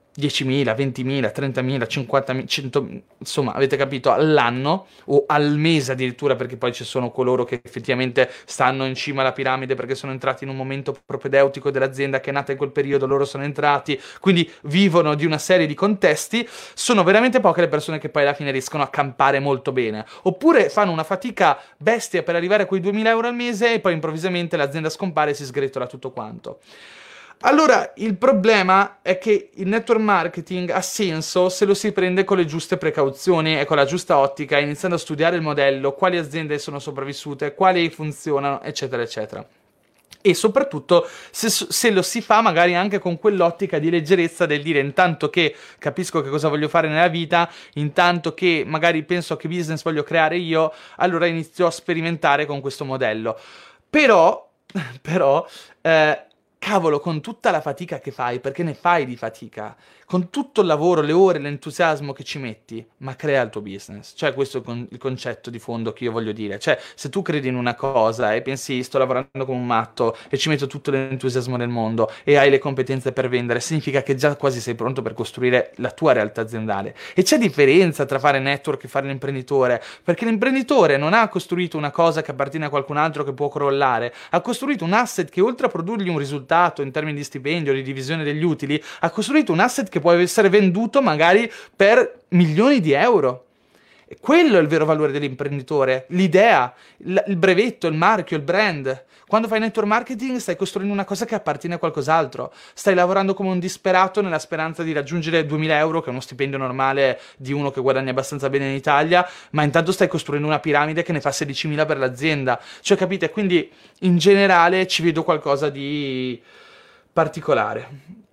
diecimila, ventimila, trentamila, cinquantamila, centomila, insomma, avete capito, all'anno o al mese addirittura, perché poi ci sono coloro che effettivamente stanno in cima alla piramide perché sono entrati in un momento propedeutico dell'azienda che è nata in quel periodo, loro sono entrati, quindi vivono di una serie di contesti. Sono veramente poche le persone che poi alla fine riescono a campare molto bene, oppure fanno una fatica bestia per arrivare a quei duemila euro al mese e poi improvvisamente l'azienda scompare e si sgretola tutto quanto. Allora, il problema è che il network marketing ha senso se lo si prende con le giuste precauzioni e con la giusta ottica, iniziando a studiare il modello, quali aziende sono sopravvissute, quali funzionano, eccetera, eccetera. E soprattutto se, se lo si fa magari anche con quell'ottica di leggerezza del dire intanto che capisco che cosa voglio fare nella vita, intanto che magari penso a che business voglio creare io, allora inizio a sperimentare con questo modello. Però, però... Eh, Cavolo, con tutta la fatica che fai, perché ne fai di fatica, con tutto il lavoro, le ore, l'entusiasmo che ci metti, ma crea il tuo business. Cioè, questo è il concetto di fondo che io voglio dire. Cioè, se tu credi in una cosa e pensi sto lavorando come un matto e ci metto tutto l'entusiasmo del mondo e hai le competenze per vendere, significa che già quasi sei pronto per costruire la tua realtà aziendale. E c'è differenza tra fare network e fare l'imprenditore, perché l'imprenditore non ha costruito una cosa che appartiene a qualcun altro che può crollare, ha costruito un asset che oltre a produrgli un risultato in termini di stipendio, di divisione degli utili, ha costruito un asset che può essere venduto magari per milioni di euro. E quello è il vero valore dell'imprenditore, l'idea, il, il brevetto, il marchio, il brand. Quando fai network marketing stai costruendo una cosa che appartiene a qualcos'altro, stai lavorando come un disperato nella speranza di raggiungere duemila euro, che è uno stipendio normale di uno che guadagna abbastanza bene in Italia, ma intanto stai costruendo una piramide che ne fa sedicimila per l'azienda. Cioè, capite? Quindi in generale ci vedo qualcosa di particolare.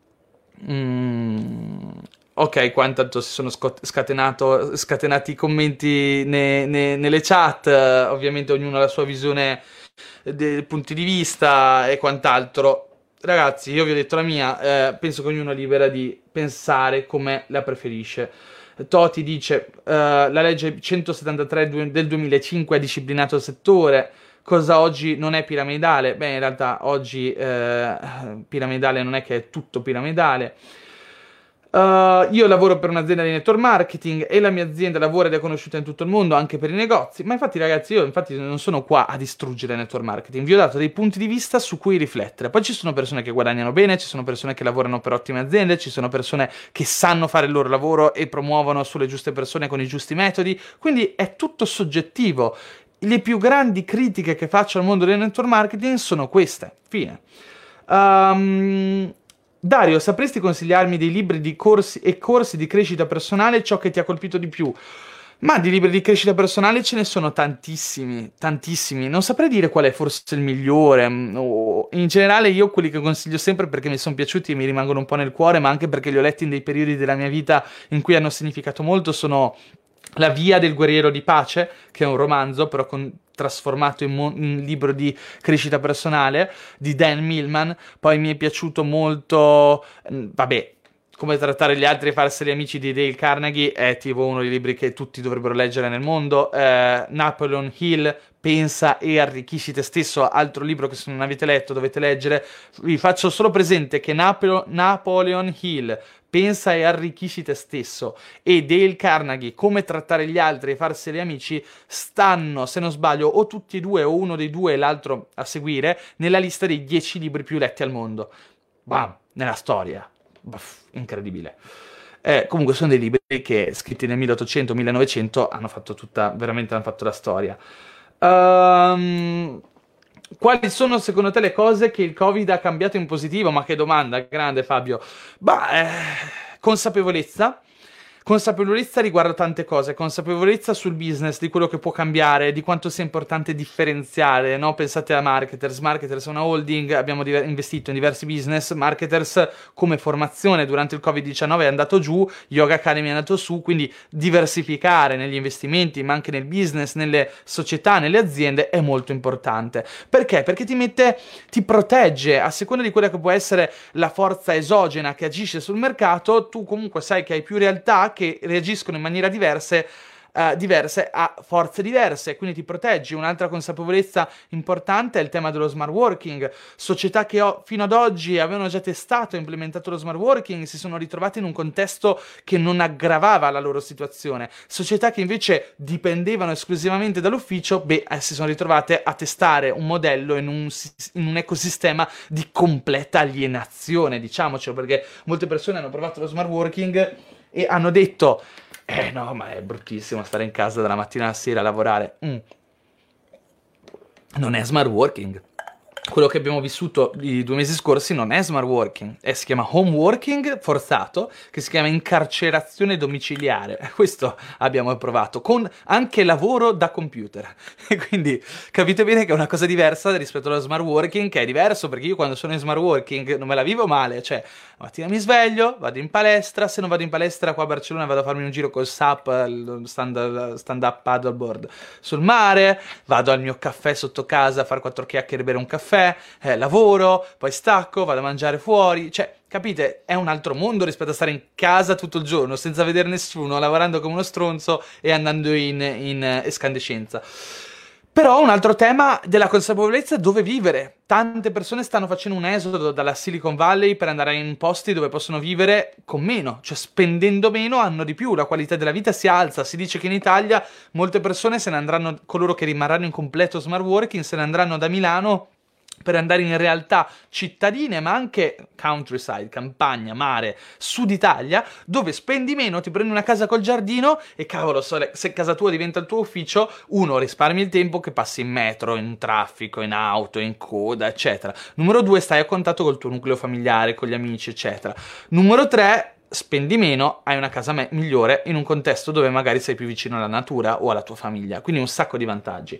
Mm. Ok, qua intanto si sono scatenato, scatenati i commenti ne, ne, nelle chat, ovviamente ognuno ha la sua visione dei punti di vista e quant'altro. Ragazzi, io vi ho detto la mia, eh, penso che ognuno è libera di pensare come la preferisce. Toti dice, eh, la legge centosettantatré del duemilacinque ha disciplinato il settore, cosa oggi non è piramidale? Beh, in realtà oggi eh, piramidale non è che è tutto piramidale. Uh, io lavoro per un'azienda di network marketing e la mia azienda lavora ed è conosciuta in tutto il mondo anche per i negozi, ma infatti ragazzi io infatti non sono qua a distruggere il network marketing, vi ho dato dei punti di vista su cui riflettere. Poi ci sono persone che guadagnano bene, ci sono persone che lavorano per ottime aziende, ci sono persone che sanno fare il loro lavoro e promuovono sulle giuste persone con i giusti metodi, quindi è tutto soggettivo. Le più grandi critiche che faccio al mondo del network marketing sono queste, fine. Um, Dario, sapresti consigliarmi dei libri di corsi e corsi di crescita personale, ciò che ti ha colpito di più? Ma di libri di crescita personale ce ne sono tantissimi, tantissimi. Non saprei dire qual è forse il migliore. In generale io quelli che consiglio sempre perché mi sono piaciuti e mi rimangono un po' nel cuore, ma anche perché li ho letti in dei periodi della mia vita in cui hanno significato molto, sono La via del guerriero di pace, che è un romanzo, però con... trasformato in, mo- in libro di crescita personale, di Dan Millman. Poi mi è piaciuto molto, mh, vabbè, Come trattare gli altri e farseli amici di Dale Carnegie, è tipo uno dei libri che tutti dovrebbero leggere nel mondo. eh, Napoleon Hill, Pensa e arricchisci te stesso, altro libro che se non avete letto dovete leggere. Vi faccio solo presente che Napo- Napoleon Hill, Pensa e arricchisci te stesso, e Dale Carnegie, Come trattare gli altri e farseli amici, stanno, se non sbaglio, o tutti e due o uno dei due e l'altro a seguire, nella lista dei dieci libri più letti al mondo. Bam, nella storia. Buff, incredibile. Eh, comunque sono dei libri che scritti nel milleottocento millenovecento hanno fatto tutta, veramente hanno fatto la storia. Um, quali sono secondo te le cose che il Covid ha cambiato in positivo? Ma che domanda grande, Fabio. Bah, eh, consapevolezza. Consapevolezza riguardo tante cose, consapevolezza sul business, di quello che può cambiare, di quanto sia importante differenziare, no? Pensate a Marketers, Marketers è una holding, abbiamo diver- investito in diversi business, Marketers come formazione durante il covid diciannove è andato giù, Yoga Academy è andato su, quindi diversificare negli investimenti, ma anche nel business, nelle società, nelle aziende è molto importante. Perché? Perché ti mette, ti protegge, a seconda di quella che può essere la forza esogena che agisce sul mercato, tu comunque sai che hai più realtà che reagiscono in maniera diverse, uh, diverse ha forze diverse, quindi ti proteggi. Un'altra consapevolezza importante è il tema dello smart working. Società che ho, fino ad oggi avevano già testato e implementato lo smart working si sono ritrovate in un contesto che non aggravava la loro situazione. Società che invece dipendevano esclusivamente dall'ufficio, beh, eh, si sono ritrovate a testare un modello in un, in un ecosistema di completa alienazione, diciamocelo, perché molte persone hanno provato lo smart working e hanno detto eh no, ma è bruttissimo stare in casa dalla mattina alla sera a lavorare. Mm. Non è smart working. Quello che abbiamo vissuto i due mesi scorsi non è smart working, è, si chiama home working forzato, che si chiama incarcerazione domiciliare. Questo abbiamo provato, con anche lavoro da computer. E quindi capite bene che è una cosa diversa rispetto allo smart working, che è diverso, perché io quando sono in smart working non me la vivo male, cioè la mattina mi sveglio, vado in palestra, se non vado in palestra qua a Barcellona vado a farmi un giro col S U P, il stand, stand up paddleboard sul mare, vado al mio caffè sotto casa a fare quattro chiacchiere e bere un caffè, Eh, lavoro, poi stacco, vado a mangiare fuori, cioè, capite? È un altro mondo rispetto a stare in casa tutto il giorno, senza vedere nessuno, lavorando come uno stronzo e andando in, in escandescenza. Però un altro tema della consapevolezza è dove vivere. Tante persone stanno facendo un esodo dalla Silicon Valley per andare in posti dove possono vivere con meno, cioè spendendo meno hanno di più, la qualità della vita si alza. Si dice che in Italia molte persone se ne andranno, coloro che rimarranno in completo smart working, se ne andranno da Milano per andare in realtà cittadine, ma anche countryside, campagna, mare, sud Italia, dove spendi meno, ti prendi una casa col giardino e cavolo, se casa tua diventa il tuo ufficio, uno, risparmi il tempo che passi in metro, in traffico, in auto, in coda, eccetera. Numero due, stai a contatto col tuo nucleo familiare, con gli amici, eccetera. Numero tre, spendi meno, hai una casa me- migliore in un contesto dove magari sei più vicino alla natura o alla tua famiglia, quindi un sacco di vantaggi.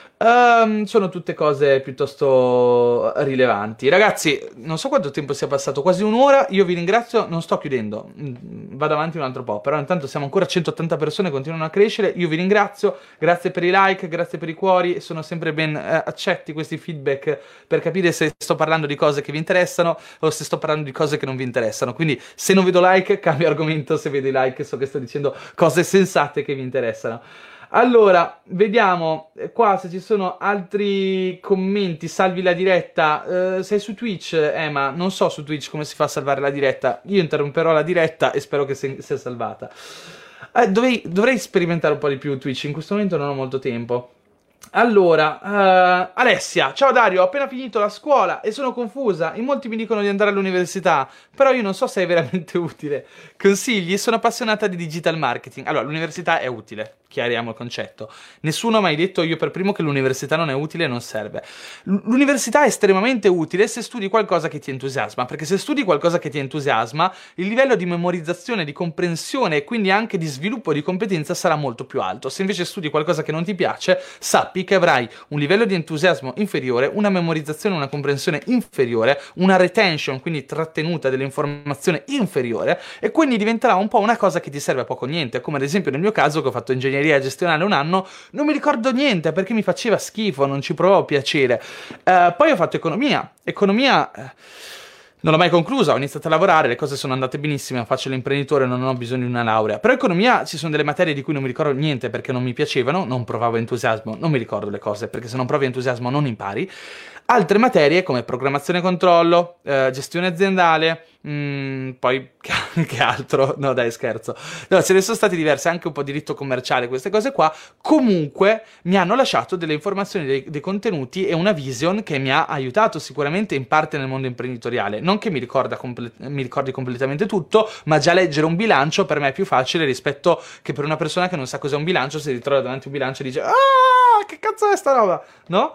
Um, sono tutte cose piuttosto rilevanti. Ragazzi, non so quanto tempo sia passato, quasi un'ora. Io vi ringrazio, non sto chiudendo, vado avanti un altro po', però intanto siamo ancora centottanta persone, continuano a crescere. Io vi ringrazio, grazie per i like, grazie per i cuori, sono sempre ben eh, accetti questi feedback per capire se sto parlando di cose che vi interessano o se sto parlando di cose che non vi interessano. Quindi se non vedo like, cambio argomento, se vedo i like so che sto dicendo cose sensate che vi interessano. Allora, vediamo qua se ci sono altri commenti. Salvi la diretta. Uh, sei su Twitch, Emma? Non so su Twitch come si fa a salvare la diretta. Io interromperò la diretta e spero che sia salvata. Eh, dovrei, dovrei sperimentare un po' di più Twitch. In questo momento non ho molto tempo. Allora, uh, Alessia, ciao Dario, ho appena finito la scuola e sono confusa, in molti mi dicono di andare all'università, però io non so se è veramente utile. Consigli? Sono appassionata di digital marketing. Allora, l'università è utile, chiariamo il concetto. Nessuno ha mai detto, io per primo, che l'università non è utile e non serve. L'università è estremamente utile se studi qualcosa che ti entusiasma, perché se studi qualcosa che ti entusiasma, il livello di memorizzazione, di comprensione e quindi anche di sviluppo di competenza sarà molto più alto. Se invece studi qualcosa che non ti piace, sappi che avrai un livello di entusiasmo inferiore, una memorizzazione, una comprensione inferiore, una retention, quindi trattenuta dell'informazione inferiore, e quindi diventerà un po' una cosa che ti serve a poco o niente, come ad esempio nel mio caso, che ho fatto ingegneria gestionale un anno, non mi ricordo niente perché mi faceva schifo, non ci provavo piacere. Uh, poi ho fatto economia, economia... Uh, Non l'ho mai conclusa, ho iniziato a lavorare, le cose sono andate benissimo, faccio l'imprenditore, non ho bisogno di una laurea. Però economia ci sono delle materie di cui non mi ricordo niente perché non mi piacevano, non provavo entusiasmo, non mi ricordo le cose, perché se non provi entusiasmo non impari. Altre materie come programmazione e controllo, eh, gestione aziendale, mh, poi che altro? No dai, scherzo. No, ce ne sono stati diverse, anche un po' diritto commerciale, queste cose qua. Comunque mi hanno lasciato delle informazioni, dei, dei contenuti e una vision che mi ha aiutato sicuramente in parte nel mondo imprenditoriale. Non che mi, ricorda comple- mi ricordi completamente tutto, ma già leggere un bilancio per me è più facile rispetto che per una persona che non sa cos'è un bilancio, si ritrova davanti a un bilancio e dice ah, che cazzo è sta roba? No?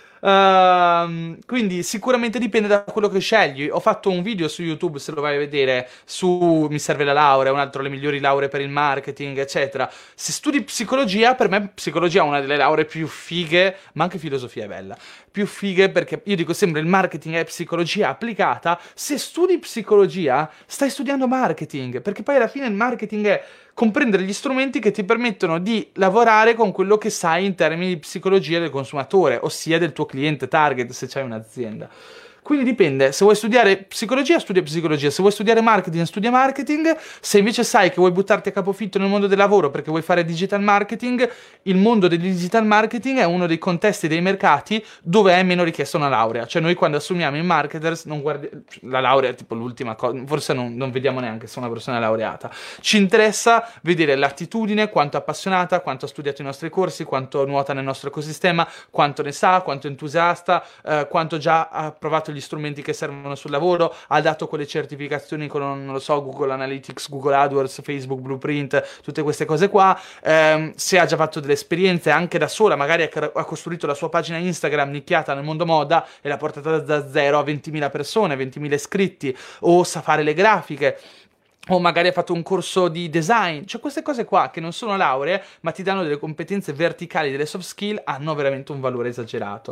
Uh, quindi sicuramente dipende da quello che scegli. Ho fatto un video su YouTube, se lo vai a vedere, su mi serve la laurea, un altro le migliori lauree per il marketing, eccetera. Se studi psicologia, per me psicologia è una delle lauree più fighe, ma anche filosofia è bella, più fighe, perché io dico sempre il marketing è psicologia applicata. Se studi psicologia stai studiando marketing, perché poi alla fine il marketing è comprendere gli strumenti che ti permettono di lavorare con quello che sai in termini di psicologia del consumatore, ossia del tuo cliente target, se c'hai un'azienda. Quindi dipende, se vuoi studiare psicologia, studia psicologia, se vuoi studiare marketing, studia marketing, se invece sai che vuoi buttarti a capofitto nel mondo del lavoro perché vuoi fare digital marketing, il mondo del digital marketing è uno dei contesti dei mercati dove è meno richiesta una laurea. Cioè noi quando assumiamo i marketers, non guardi... la laurea è tipo l'ultima cosa, forse non, non vediamo neanche se una persona è laureata. Ci interessa vedere l'attitudine, quanto è appassionata, quanto ha studiato i nostri corsi, quanto nuota nel nostro ecosistema, quanto ne sa, quanto è entusiasta, eh, quanto già ha provato gli strumenti che servono sul lavoro, ha dato quelle certificazioni con, non lo so, Google Analytics, Google AdWords, Facebook Blueprint, tutte queste cose qua, ehm, se ha già fatto delle esperienze anche da sola, magari ha, ha costruito la sua pagina Instagram nicchiata nel mondo moda e l'ha portata da zero a ventimila persone, ventimila iscritti, o sa fare le grafiche, o magari ha fatto un corso di design. Cioè queste cose qua che non sono lauree ma ti danno delle competenze verticali, delle soft skill, hanno veramente un valore esagerato.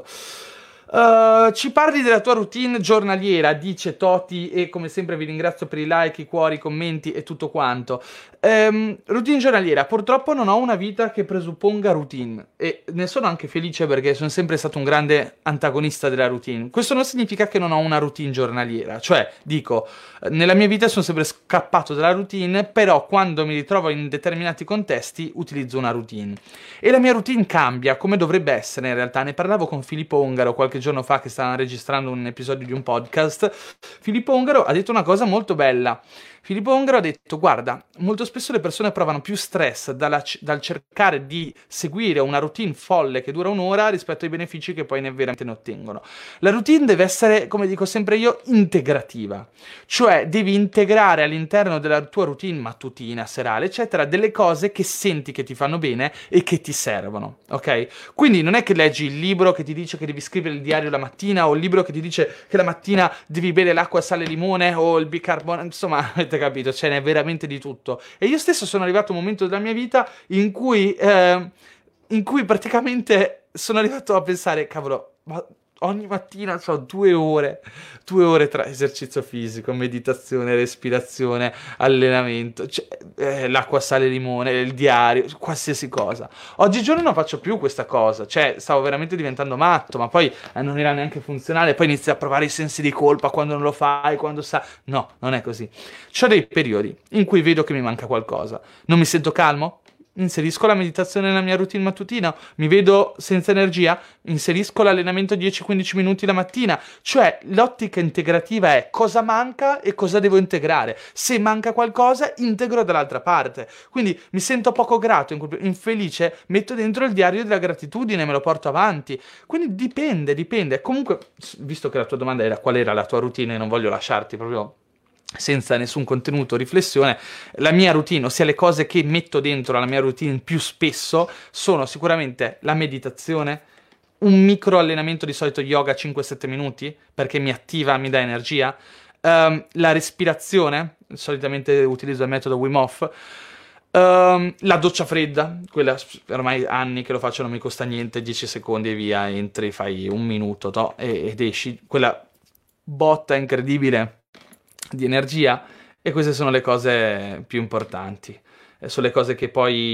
Uh, ci parli della tua routine giornaliera, dice Toti, e come sempre vi ringrazio per i like, i cuori, i commenti e tutto quanto. Um, routine giornaliera, purtroppo non ho una vita che presupponga routine e ne sono anche felice perché sono sempre stato un grande antagonista della routine. Questo non significa che non ho una routine giornaliera, cioè dico, nella mia vita sono sempre scappato dalla routine, però quando mi ritrovo in determinati contesti utilizzo una routine e la mia routine cambia come dovrebbe essere in realtà. Ne parlavo con Filippo Ongaro qualche giorno fa che stava registrando un episodio di un podcast. Filippo Ongaro ha detto una cosa molto bella. Filippo Ongaro ha detto: guarda, molto spesso le persone provano più stress dalla, dal cercare di seguire una routine folle che dura un'ora rispetto ai benefici che poi ne veramente ne ottengono. La routine deve essere, come dico sempre io, integrativa, cioè devi integrare all'interno della tua routine mattutina, serale, eccetera, delle cose che senti che ti fanno bene e che ti servono, ok? Quindi non è che leggi il libro che ti dice che devi scrivere il diario la mattina, o il libro che ti dice che la mattina devi bere l'acqua, sale e limone, o il bicarbonato, insomma, avete capito, ce n'è veramente di tutto. E io stesso sono arrivato a un momento della mia vita in cui, eh, in cui praticamente sono arrivato a pensare, cavolo, ma ogni mattina ho due ore, due ore tra esercizio fisico, meditazione, respirazione, allenamento, cioè, eh, l'acqua, sale, limone, il diario, qualsiasi cosa. Oggigiorno non faccio più questa cosa, cioè stavo veramente diventando matto, ma poi eh, non era neanche funzionale, poi inizi a provare i sensi di colpa quando non lo fai, quando sa... No, non è così. C'ho dei periodi in cui vedo che mi manca qualcosa. Non mi sento calmo? Inserisco la meditazione nella mia routine mattutina. Mi vedo senza energia? Inserisco l'allenamento dieci quindici minuti la mattina. Cioè, l'ottica integrativa è cosa manca e cosa devo integrare. Se manca qualcosa, integro dall'altra parte. Quindi mi sento poco grato, infelice, metto dentro il diario della gratitudine, me lo porto avanti. Quindi dipende, dipende. Comunque, visto che la tua domanda era qual era la tua routine, non voglio lasciarti proprio senza nessun contenuto o riflessione, la mia routine, ossia le cose che metto dentro la mia routine più spesso, sono sicuramente la meditazione, un micro allenamento di solito yoga cinque sette minuti, perché mi attiva, mi dà energia, um, la respirazione, solitamente utilizzo il metodo Wim Hof, um, la doccia fredda, quella ormai anni che lo faccio, non mi costa niente, dieci secondi e via, entri, fai un minuto to, e, ed esci, quella botta incredibile di energia. E queste sono le cose più importanti, eh, sono le cose che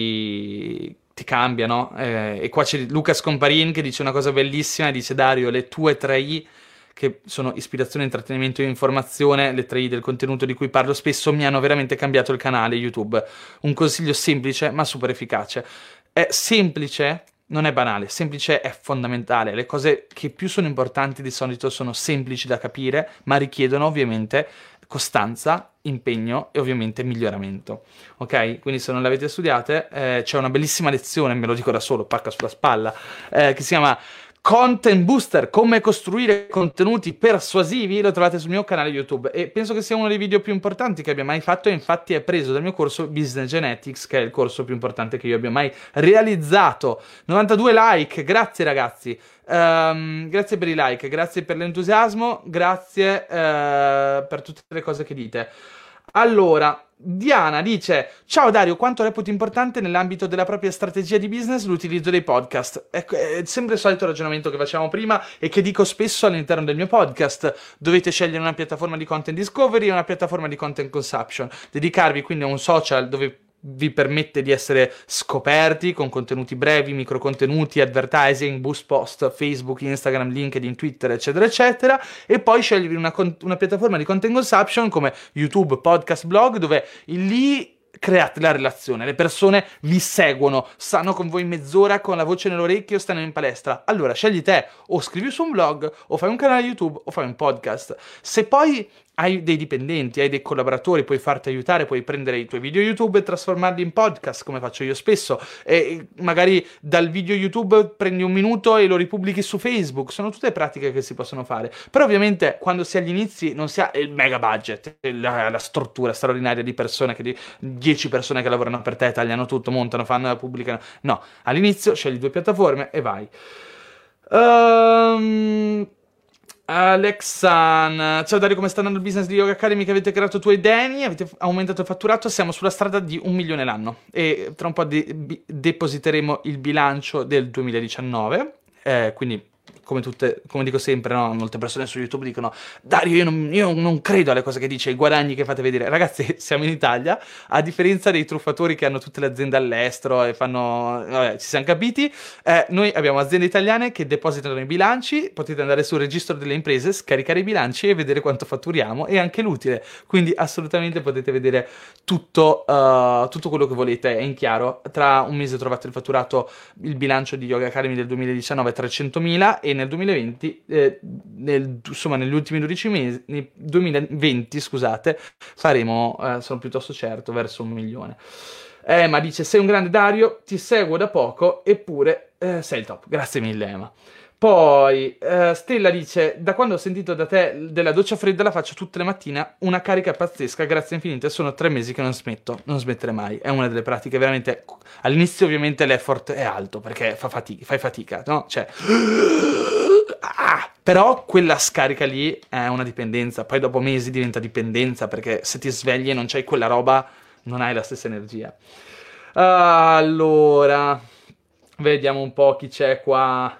poi ti cambiano, eh, e qua c'è Luca Scomparin che dice una cosa bellissima, dice: Dario, le tue tre I, che sono ispirazione, intrattenimento e informazione, le tre I del contenuto di cui parlo spesso, mi hanno veramente cambiato il canale YouTube. Un consiglio semplice ma super efficace. È semplice, non è banale, semplice è fondamentale. Le cose che più sono importanti di solito sono semplici da capire, ma richiedono ovviamente costanza, impegno e ovviamente miglioramento, ok? Quindi se non l'avete studiate, eh, c'è una bellissima lezione, me lo dico da solo, pacca sulla spalla, eh, che si chiama Content Booster, come costruire contenuti persuasivi. Lo trovate sul mio canale YouTube e penso che sia uno dei video più importanti che abbia mai fatto, e infatti è preso dal mio corso Business Genetics, che è il corso più importante che io abbia mai realizzato. novantadue like, grazie ragazzi, um, grazie per i like, grazie per l'entusiasmo, grazie uh, per tutte le cose che dite. Allora, Diana dice: ciao Dario, quanto reputi importante nell'ambito della propria strategia di business l'utilizzo dei podcast? Ecco, è sempre il solito ragionamento che facciamo prima e che dico spesso all'interno del mio podcast. Dovete scegliere una piattaforma di content discovery e una piattaforma di content consumption, dedicarvi quindi a un social dove vi permette di essere scoperti con contenuti brevi, micro contenuti, advertising, boost post, Facebook, Instagram, LinkedIn, Twitter, eccetera, eccetera. E poi scegliervi una, una piattaforma di content consumption come YouTube, podcast, blog, dove lì create la relazione, le persone vi seguono, stanno con voi mezz'ora con la voce nell'orecchio, stanno in palestra. Allora scegli te, o scrivi su un blog, o fai un canale YouTube, o fai un podcast. Se poi hai dei dipendenti, hai dei collaboratori, puoi farti aiutare, puoi prendere i tuoi video YouTube e trasformarli in podcast, come faccio io spesso, e magari dal video YouTube prendi un minuto e lo ripubblichi su Facebook. Sono tutte pratiche che si possono fare, però ovviamente quando si è agli inizi non si ha il mega budget, la, la struttura straordinaria di persone, che di dieci persone che lavorano per te, tagliano tutto, montano, fanno, pubblicano. No, all'inizio scegli due piattaforme e vai. Ehm... Um... Alexan, ciao Dario, come sta andando il business di Yoga Academy che avete creato tu e Danny? Avete aumentato il fatturato? Siamo sulla strada di un milione l'anno e tra un po' de- depositeremo il bilancio del duemiladiciannove, eh, quindi come, tutte, come dico sempre, no? Molte persone su YouTube dicono Dario, io non, io non credo alle cose che dice, ai guadagni che fate vedere. Ragazzi, siamo in Italia, a differenza dei truffatori che hanno tutte le aziende all'estero e fanno... Vabbè, ci siamo capiti. Eh, noi abbiamo aziende italiane che depositano i bilanci, potete andare sul registro delle imprese, scaricare i bilanci e vedere quanto fatturiamo e anche l'utile. Quindi assolutamente potete vedere tutto, uh, tutto quello che volete, è in chiaro. Tra un mese trovate il fatturato, il bilancio di Yoga Academy del duemiladiciannove è trecentomila e nel duemilaventi, eh, nel, insomma negli ultimi dodici mesi, nel duemilaventi scusate, faremo, eh, sono piuttosto certo, verso un milione. Eh, ma dice, sei un grande Dario, ti seguo da poco, eppure eh, sei il top. Grazie mille, Emma. Poi, eh, Stella dice, da quando ho sentito da te della doccia fredda la faccio tutte le mattine, una carica pazzesca, grazie infinite, sono tre mesi che non smetto, non smettere mai, è una delle pratiche veramente, all'inizio ovviamente l'effort è alto, perché fa fatica, fai fatica, no? Cioè, ah, però quella scarica lì è una dipendenza, poi dopo mesi diventa dipendenza, perché se ti svegli e non c'hai quella roba, non hai la stessa energia. Allora, vediamo un po' chi c'è qua.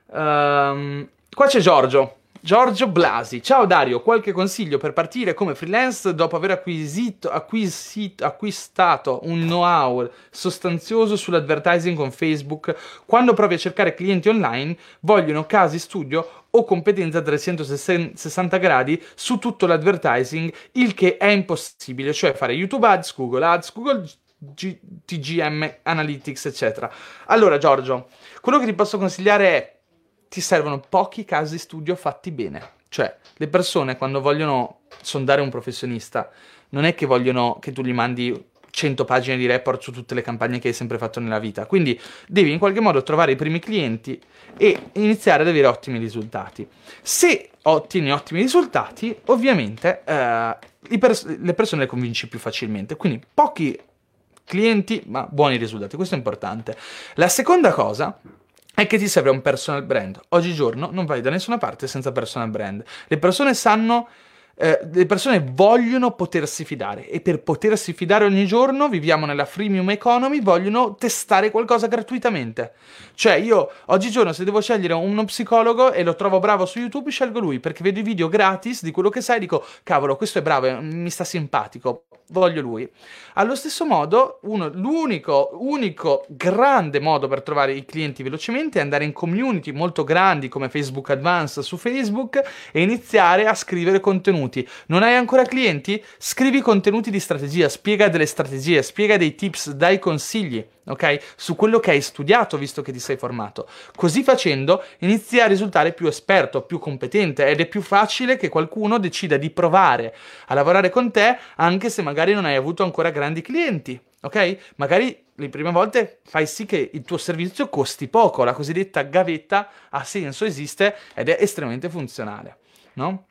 Um, qua c'è Giorgio, Giorgio Blasi. Ciao Dario, qualche consiglio per partire come freelance dopo aver acquisito, acquisito, acquistato un know-how sostanzioso sull'advertising con Facebook? Quando provi a cercare clienti online, vogliono casi studio o competenza a trecentosessanta gradi su tutto l'advertising, il che è impossibile, cioè fare YouTube Ads, Google Ads, Google G- T G M Analytics, eccetera. Allora Giorgio, quello che ti posso consigliare è: ti servono pochi casi studio fatti bene. Cioè, le persone quando vogliono sondare un professionista non è che vogliono che tu gli mandi cento pagine di report su tutte le campagne che hai sempre fatto nella vita. Quindi devi in qualche modo trovare i primi clienti e iniziare ad avere ottimi risultati. Se ottieni ottimi risultati, ovviamente eh, pers- le persone le convinci più facilmente. Quindi pochi clienti ma buoni risultati, questo è importante. La seconda cosa è che ti serve un personal brand. Oggigiorno non vai da nessuna parte senza personal brand. Le persone sanno, eh, le persone vogliono potersi fidare, e per potersi fidare ogni giorno, viviamo nella freemium economy, vogliono testare qualcosa gratuitamente. Cioè io oggigiorno se devo scegliere uno psicologo e lo trovo bravo su YouTube, scelgo lui, perché vedo i video gratis di quello che sai e dico cavolo, questo è bravo, mi sta simpatico, voglio lui. Allo stesso modo, uno, l'unico unico grande modo per trovare i clienti velocemente è andare in community molto grandi come Facebook Advanced su Facebook e iniziare a scrivere contenuti. Non hai ancora clienti? Scrivi contenuti di strategia, spiega delle strategie, spiega dei tips, dai consigli, ok? Su quello che hai studiato, visto che ti sei formato. Così facendo inizi a risultare più esperto, più competente, ed è più facile che qualcuno decida di provare a lavorare con te anche se magari non hai avuto ancora grandi clienti, ok? Magari le prime volte fai sì che il tuo servizio costi poco, la cosiddetta gavetta ha senso, esiste ed è estremamente funzionale, no?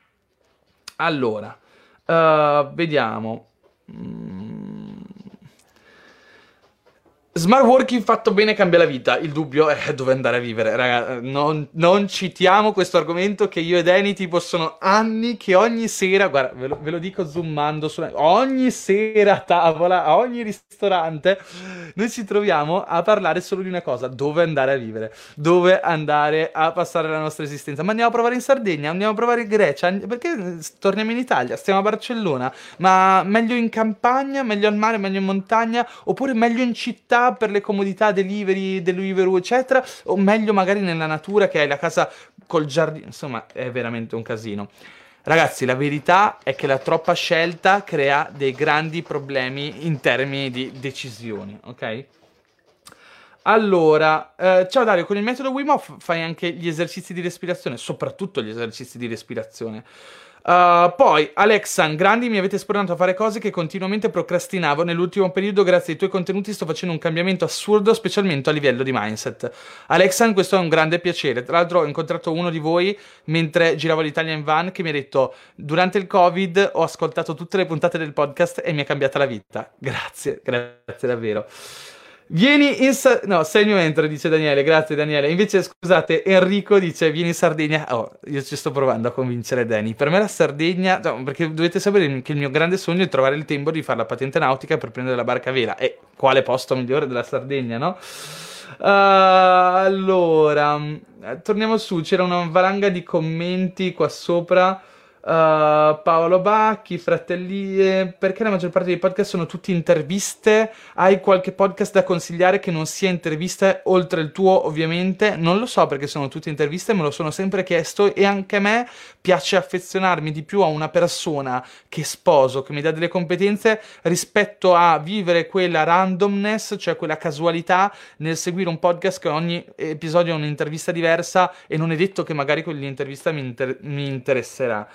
Allora, uh, vediamo. Mm. Smart working fatto bene cambia la vita, il dubbio è dove andare a vivere, raga, non, non citiamo questo argomento che io ed Eni tipo sono anni che ogni sera, guarda, ve lo, ve lo dico zoomando, su, ogni sera a tavola, a ogni ristorante, noi ci troviamo a parlare solo di una cosa, dove andare a vivere, dove andare a passare la nostra esistenza, ma andiamo a provare in Sardegna, andiamo a provare in Grecia, and- perché torniamo in Italia, stiamo a Barcellona, ma meglio in campagna, meglio al mare, meglio in montagna, oppure meglio in città per le comodità, delivery, deliveroo, eccetera, o meglio magari nella natura che hai la casa col giardino, insomma, è veramente un casino. Ragazzi, la verità è che la troppa scelta crea dei grandi problemi in termini di decisioni, ok? Allora, eh, ciao Dario, con il metodo Wim Hof fai anche gli esercizi di respirazione, soprattutto gli esercizi di respirazione. Uh, poi, Alexan, grandi, mi avete sprontato a fare cose che continuamente procrastinavo. Nell'ultimo periodo, grazie ai tuoi contenuti, sto facendo un cambiamento assurdo, specialmente a livello di mindset. Alexan, questo è un grande piacere. Tra l'altro, ho incontrato uno di voi mentre giravo l'Italia in van che mi ha detto: durante il Covid ho ascoltato tutte le puntate del podcast e mi è cambiata la vita. Grazie, grazie davvero. Vieni in Sa- no, sei il mio mentore, dice Daniele, grazie Daniele. Invece, scusate, Enrico dice vieni in Sardegna. Oh, io ci sto provando a convincere Dani. Per me la Sardegna, no, perché dovete sapere che il mio grande sogno è trovare il tempo di fare la patente nautica per prendere la barca a vela. E quale posto migliore della Sardegna, no? Uh, allora, torniamo su, c'era una valanga di commenti qua sopra. Uh, Paolo Bacchi, Fratellie, perché la maggior parte dei podcast sono tutti interviste? Hai qualche podcast da consigliare che non sia interviste oltre il tuo, ovviamente? Non lo so perché sono tutte interviste, me lo sono sempre chiesto e anche a me piace affezionarmi di più a una persona che sposo, che mi dà delle competenze rispetto a vivere quella randomness, cioè quella casualità nel seguire un podcast che ogni episodio è un'intervista diversa e non è detto che magari quell'intervista mi, inter- mi interesserà.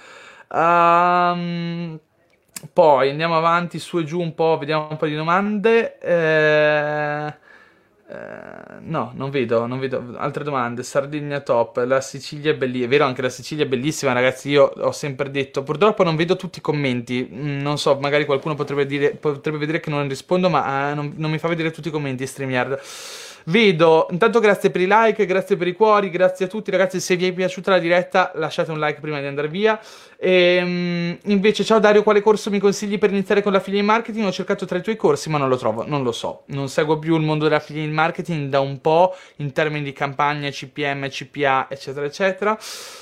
Um, poi andiamo avanti su e giù un po', vediamo un po' di domande. Eh, eh, no, non vedo, non vedo altre domande. Sardegna top, la Sicilia è bellissima. È vero, anche la Sicilia è bellissima, ragazzi. Io ho sempre detto, purtroppo non vedo tutti i commenti. Mm, Non so, magari qualcuno potrebbe dire, potrebbe vedere che non rispondo, ma eh, non, non mi fa vedere tutti i commenti StreamYard. Vedo, intanto grazie per i like, grazie per i cuori, grazie a tutti ragazzi, se vi è piaciuta la diretta lasciate un like prima di andare via. E, invece, ciao Dario, quale corso mi consigli per iniziare con l'affiliate marketing? Ho cercato tra i tuoi corsi ma non lo trovo, non lo so, non seguo più il mondo dell'affiliate marketing da un po' in termini di campagne, C P M, C P A, eccetera eccetera.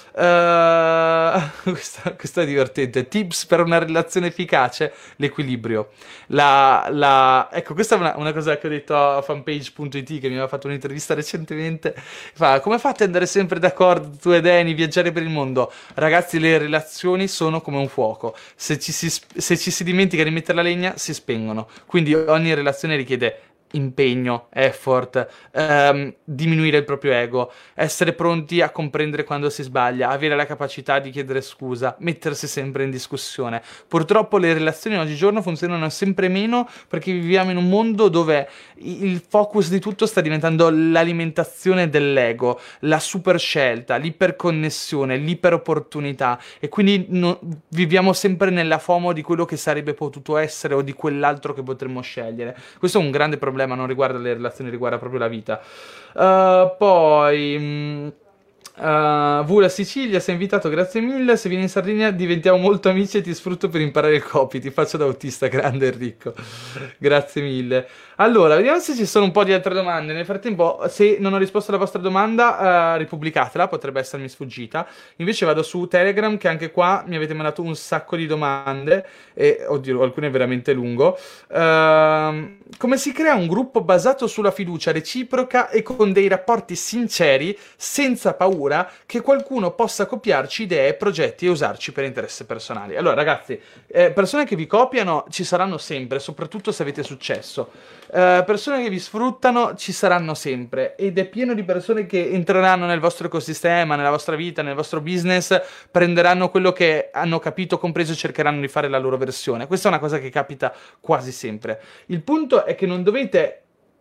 Uh, questo, questo è divertente. Tips per una relazione efficace: l'equilibrio. La, la... Ecco, questa è una, una cosa che ho detto a fanpage punto it che mi aveva fatto un'intervista recentemente. Fa, come fate ad andare sempre d'accordo tu e Dani, viaggiare per il mondo? Ragazzi, le relazioni sono come un fuoco. Se ci si, se ci si dimentica di mettere la legna, si spengono. Quindi ogni relazione richiede impegno, effort, ehm, diminuire il proprio ego, essere pronti a comprendere quando si sbaglia, avere la capacità di chiedere scusa, mettersi sempre in discussione. Purtroppo le relazioni oggigiorno funzionano sempre meno perché viviamo in un mondo dove il focus di tutto sta diventando l'alimentazione dell'ego, la super scelta, l'iperconnessione, l'iperopportunità e quindi no, viviamo sempre nella FOMO di quello che sarebbe potuto essere o di quell'altro che potremmo scegliere. Questo è un grande problema. Non riguarda le relazioni, riguarda proprio la vita. Uh, poi mh, uh, V la Sicilia, sei invitato, grazie mille. Se vieni in Sardegna diventiamo molto amici e ti sfrutto per imparare il copy. Ti faccio da autista, grande Enrico. Grazie mille. Allora, vediamo se ci sono un po' di altre domande. Nel frattempo, se non ho risposto alla vostra domanda, uh, ripubblicatela, potrebbe essermi sfuggita. Invece vado su Telegram, che anche qua mi avete mandato un sacco di domande. E, oddio, alcune veramente lungo. Uh, come si crea un gruppo basato sulla fiducia reciproca e con dei rapporti sinceri, senza paura che qualcuno possa copiarci idee, progetti e usarci per interessi personali? Allora, ragazzi, eh, persone che vi copiano ci saranno sempre, soprattutto se avete successo. Uh, persone che vi sfruttano ci saranno sempre ed è pieno di persone che entreranno nel vostro ecosistema, nella vostra vita, nel vostro business, prenderanno quello che hanno capito, compreso, e cercheranno di fare la loro versione. Questa è una cosa che capita quasi sempre. Il punto è che non dovete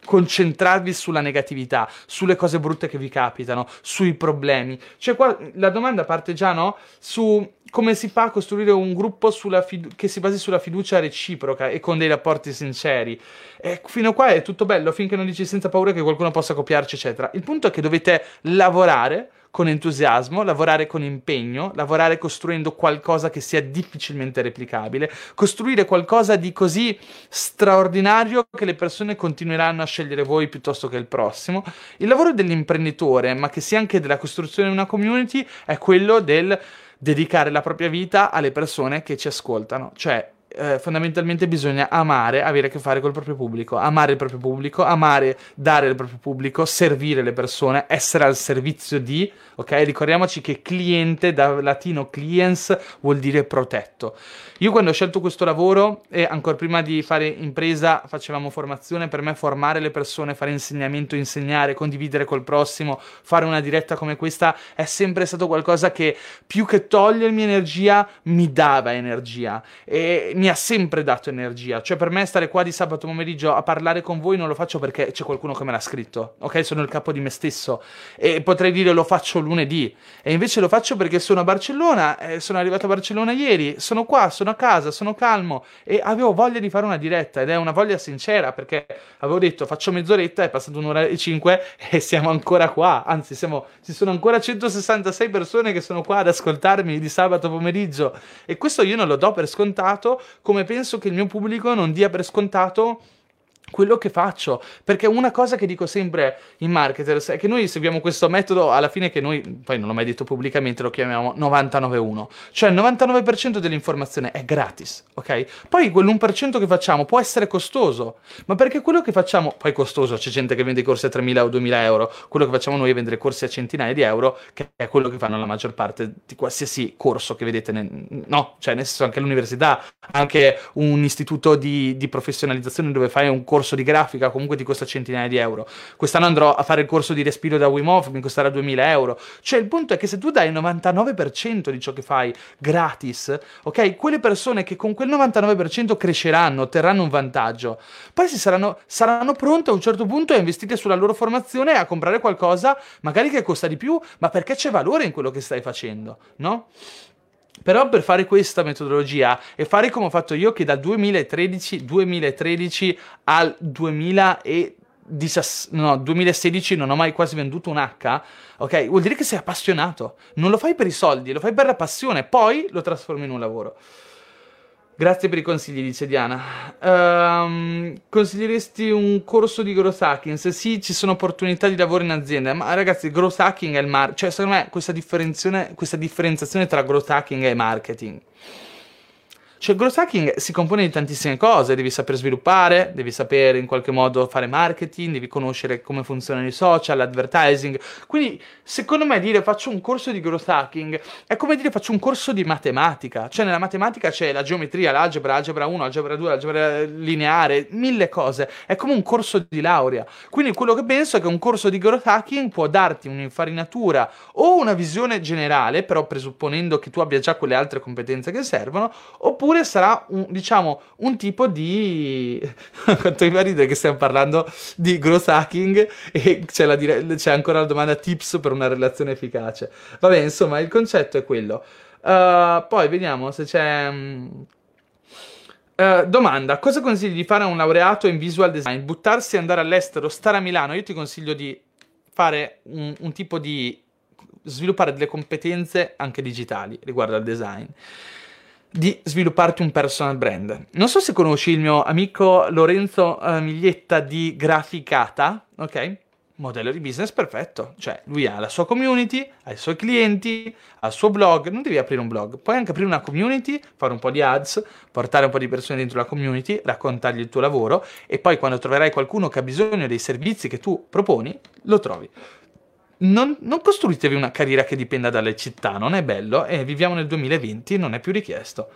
concentrarvi sulla negatività, sulle cose brutte che vi capitano, sui problemi. Cioè qua la domanda parte già, no? Su come si fa a costruire un gruppo sulla fidu- che si basi sulla fiducia reciproca e con dei rapporti sinceri. E fino a qua è tutto bello, finché non dici senza paura che qualcuno possa copiarci, eccetera. Il punto è che dovete lavorare con entusiasmo, lavorare con impegno, lavorare costruendo qualcosa che sia difficilmente replicabile, costruire qualcosa di così straordinario che le persone continueranno a scegliere voi piuttosto che il prossimo. Il lavoro dell'imprenditore, ma che sia anche della costruzione di una community, è quello del dedicare la propria vita alle persone che ci ascoltano, cioè eh, fondamentalmente bisogna amare, avere a che fare col proprio pubblico, amare il proprio pubblico, amare dare al proprio pubblico, servire le persone, essere al servizio di, ok? Ricordiamoci che cliente, da latino cliens, vuol dire protetto. Io quando ho scelto questo lavoro, e ancora prima di fare impresa facevamo formazione, per me formare le persone, fare insegnamento, insegnare, condividere col prossimo, fare una diretta come questa è sempre stato qualcosa che più che togliermi energia mi dava energia e mi ha sempre dato energia. Cioè per me stare qua di sabato pomeriggio a parlare con voi non lo faccio perché c'è qualcuno che me l'ha scritto, ok? Sono il capo di me stesso e potrei dire lo faccio lunedì e invece lo faccio perché sono a Barcellona, eh, sono arrivato a Barcellona ieri, sono qua, sono a casa, sono calmo e avevo voglia di fare una diretta ed è una voglia sincera perché avevo detto faccio mezz'oretta, è passata un'ora e cinque e siamo ancora qua, anzi siamo, ci sono ancora centosessantasei persone che sono qua ad ascoltarmi di sabato pomeriggio e questo io non lo do per scontato, come penso che il mio pubblico non dia per scontato quello che faccio, perché una cosa che dico sempre in marketers è che noi seguiamo questo metodo alla fine che noi, poi non l'ho mai detto pubblicamente, lo chiamiamo novantanove uno, cioè il novantanove per cento dell'informazione è gratis, ok? Poi quell'uno per cento che facciamo può essere costoso, ma perché quello che facciamo, poi costoso, c'è gente che vende i corsi a tremila o duemila euro, quello che facciamo noi è vendere corsi a centinaia di euro, che è quello che fanno la maggior parte di qualsiasi corso che vedete, nel, no, cioè nel senso anche l'università, anche un istituto di, di professionalizzazione dove fai un corso di grafica comunque ti costa centinaia di euro. Quest'anno andrò a fare il corso di respiro da Wim Hof, mi costerà duemila euro. Cioè il punto è che se tu dai il novantanove per cento di ciò che fai gratis, ok? Quelle persone che con quel novantanove per cento cresceranno, otterranno un vantaggio, poi si saranno, saranno pronte a un certo punto a investire sulla loro formazione e a comprare qualcosa magari che costa di più, ma perché c'è valore in quello che stai facendo, no? Però per fare questa metodologia e fare come ho fatto io, che dal duemilatredici, duemilatredici al duemiladiciassette, no, duemilasedici non ho mai quasi venduto un H, ok? Vuol dire che sei appassionato. Non lo fai per i soldi, lo fai per la passione, poi lo trasformi in un lavoro. Grazie per i consigli, dice Diana. Um, consiglieresti un corso di growth hacking? Se sì, ci sono opportunità di lavoro in azienda. Ma ragazzi, growth hacking è il marketing. Cioè, secondo me, questa differenziazione, questa differenziazione tra growth hacking e marketing. Cioè, il growth hacking si compone di tantissime cose, devi saper sviluppare, devi sapere in qualche modo fare marketing, devi conoscere come funzionano i social, l'advertising. Quindi, secondo me, dire faccio un corso di growth hacking è come dire faccio un corso di matematica. Cioè, nella matematica c'è la geometria, l'algebra, algebra uno, algebra due, algebra lineare, mille cose. È come un corso di laurea. Quindi, quello che penso è che un corso di growth hacking può darti un'infarinatura o una visione generale, però presupponendo che tu abbia già quelle altre competenze che servono, oppure sarà un, diciamo, un tipo di quanto mi fa ridere che stiamo parlando di growth hacking e c'è, la dire... c'è ancora la domanda tips per una relazione efficace. Vabbè, insomma, il concetto è quello. Uh, poi vediamo se c'è um... uh, domanda: cosa consigli di fare a un laureato in visual design? Buttarsi e andare all'estero, stare a Milano? Io ti consiglio di fare un, un tipo di sviluppare delle competenze anche digitali riguardo al design, di svilupparti un personal brand. Non so se conosci il mio amico Lorenzo uh, Miglietta di Graficata, ok? Modello di business perfetto, cioè lui ha la sua community, ha i suoi clienti, ha il suo blog, non devi aprire un blog, puoi anche aprire una community, fare un po' di ads, portare un po' di persone dentro la community, raccontargli il tuo lavoro e poi quando troverai qualcuno che ha bisogno dei servizi che tu proponi, lo trovi. Non, non costruitevi una carriera che dipenda dalle città, non è bello e viviamo nel duemilaventi, non è più richiesto.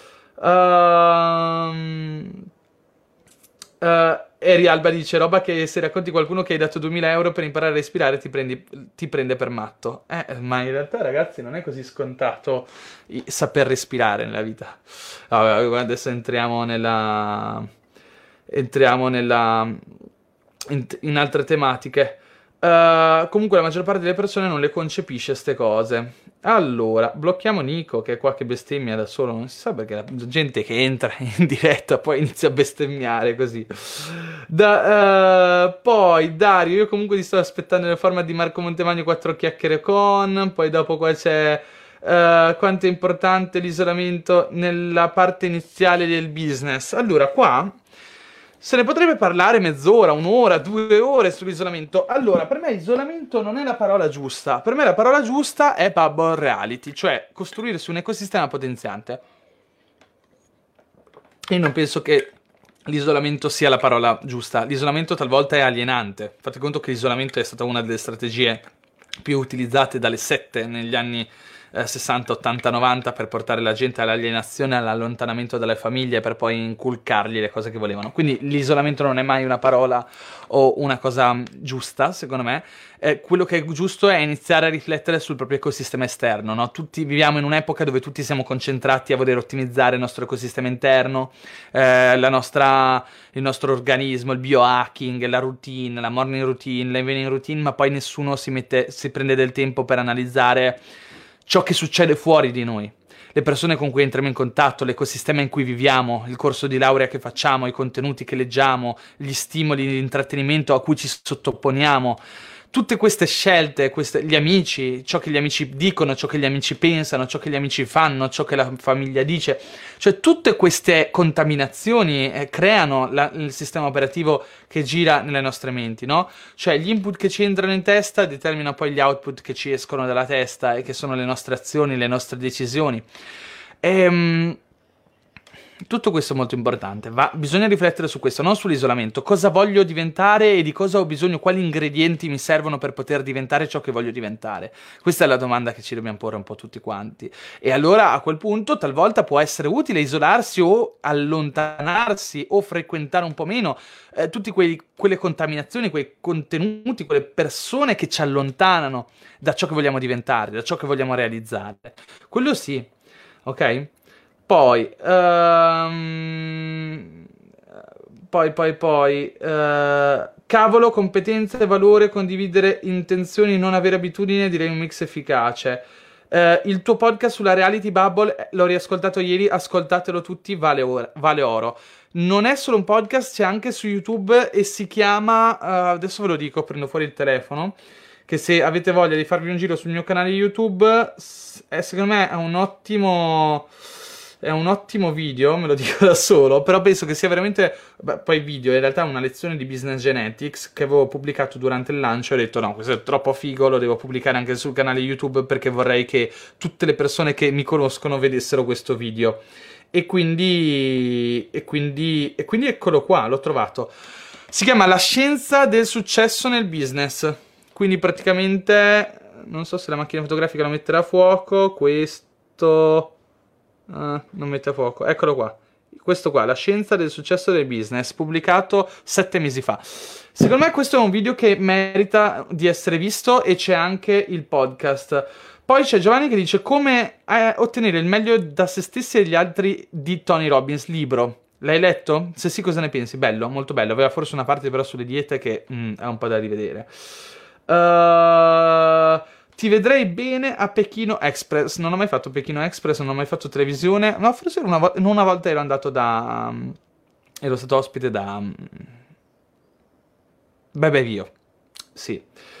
Uh, uh, Eri Alba dice roba che se racconti qualcuno che hai dato duemila euro per imparare a respirare ti, prendi, ti prende per matto. Eh, ma in realtà ragazzi non è così scontato saper respirare nella vita. Allora, adesso entriamo nella... entriamo nella... in, in altre tematiche. Uh, comunque la maggior parte delle persone non le concepisce ste cose. Allora, blocchiamo Nico che è qua che bestemmia da solo, non si sa perché la gente che entra in diretta poi inizia a bestemmiare così. Da, uh, poi Dario, io comunque ti sto aspettando nel format di Marco Montemagno quattro chiacchiere con, poi dopo qua c'è uh, quanto è importante l'isolamento nella parte iniziale del business. Allora, qua se ne potrebbe parlare mezz'ora, un'ora, due ore sull'isolamento. Allora, per me isolamento non è la parola giusta. Per me la parola giusta è bubble reality, cioè costruirsi un ecosistema potenziante. Io non penso che l'isolamento sia la parola giusta. L'isolamento talvolta è alienante. Fate conto che l'isolamento è stata una delle strategie più utilizzate dalle sette negli anni eh, sessanta, ottanta, novanta per portare la gente all'alienazione, all'allontanamento dalle famiglie per poi inculcargli le cose che volevano. Quindi l'isolamento non è mai una parola o una cosa giusta, secondo me. Eh, quello che è giusto è iniziare a riflettere sul proprio ecosistema esterno, no? Tutti viviamo in un'epoca dove tutti siamo concentrati a voler ottimizzare il nostro ecosistema interno, eh, la nostra, il nostro organismo, il biohacking, la routine, la morning routine, l'evening routine, ma poi nessuno si mette, si prende del tempo per analizzare ciò che succede fuori di noi. Le persone con cui entriamo in contatto, l'ecosistema in cui viviamo, il corso di laurea che facciamo, i contenuti che leggiamo, gli stimoli di intrattenimento a cui ci sottoponiamo. Tutte queste scelte, queste, gli amici, ciò che gli amici dicono, ciò che gli amici pensano, ciò che gli amici fanno, ciò che la famiglia dice, cioè tutte queste contaminazioni eh, creano la, il sistema operativo che gira nelle nostre menti, no? Cioè gli input che ci entrano in testa determinano poi gli output che ci escono dalla testa e che sono le nostre azioni, le nostre decisioni. Ehm... Tutto questo è molto importante, va, bisogna riflettere su questo, non sull'isolamento. Cosa voglio diventare e di cosa ho bisogno, quali ingredienti mi servono per poter diventare ciò che voglio diventare? Questa è la domanda che ci dobbiamo porre un po' tutti quanti. E allora a quel punto talvolta può essere utile isolarsi o allontanarsi o frequentare un po' meno eh, tutte quelle contaminazioni, quei contenuti, quelle persone che ci allontanano da ciò che vogliamo diventare, da ciò che vogliamo realizzare. Quello sì, ok? Poi, um, poi, poi, poi, uh, cavolo, competenze, valore, condividere intenzioni, non avere abitudini, direi un mix efficace. Uh, il tuo podcast sulla reality bubble, l'ho riascoltato ieri, ascoltatelo tutti, vale, or- vale oro. Non è solo un podcast, c'è anche su YouTube e si chiama, uh, adesso ve lo dico, prendo fuori il telefono, che se avete voglia di farvi un giro sul mio canale YouTube, è, secondo me è un ottimo... È un ottimo video, me lo dico da solo, però penso che sia veramente... Beh, poi video, in realtà è una lezione di Business Genetics che avevo pubblicato durante il lancio e ho detto no, questo è troppo figo, lo devo pubblicare anche sul canale YouTube perché vorrei che tutte le persone che mi conoscono vedessero questo video. E quindi... E quindi... E quindi eccolo qua, l'ho trovato. Si chiama La scienza del successo nel business. Quindi praticamente... Non so se la macchina fotografica lo metterà a fuoco, questo... Uh, non mette a fuoco, eccolo qua, questo qua, La scienza del successo del business, pubblicato sette mesi fa. Secondo me questo è un video che merita di essere visto e c'è anche il podcast. Poi c'è Giovanni che dice come eh, ottenere il meglio da se stessi e gli altri di Tony Robbins, libro. L'hai letto? Se sì, cosa ne pensi? Bello, molto bello. Aveva forse una parte però sulle diete che mm, è un po' da rivedere. Ehm... Uh... Ti vedrei bene a Pechino Express. Non ho mai fatto Pechino Express, non ho mai fatto televisione. No, forse una, vo- una volta ero andato da... Um, ero stato ospite da... Um, Bebe Vio. Sì.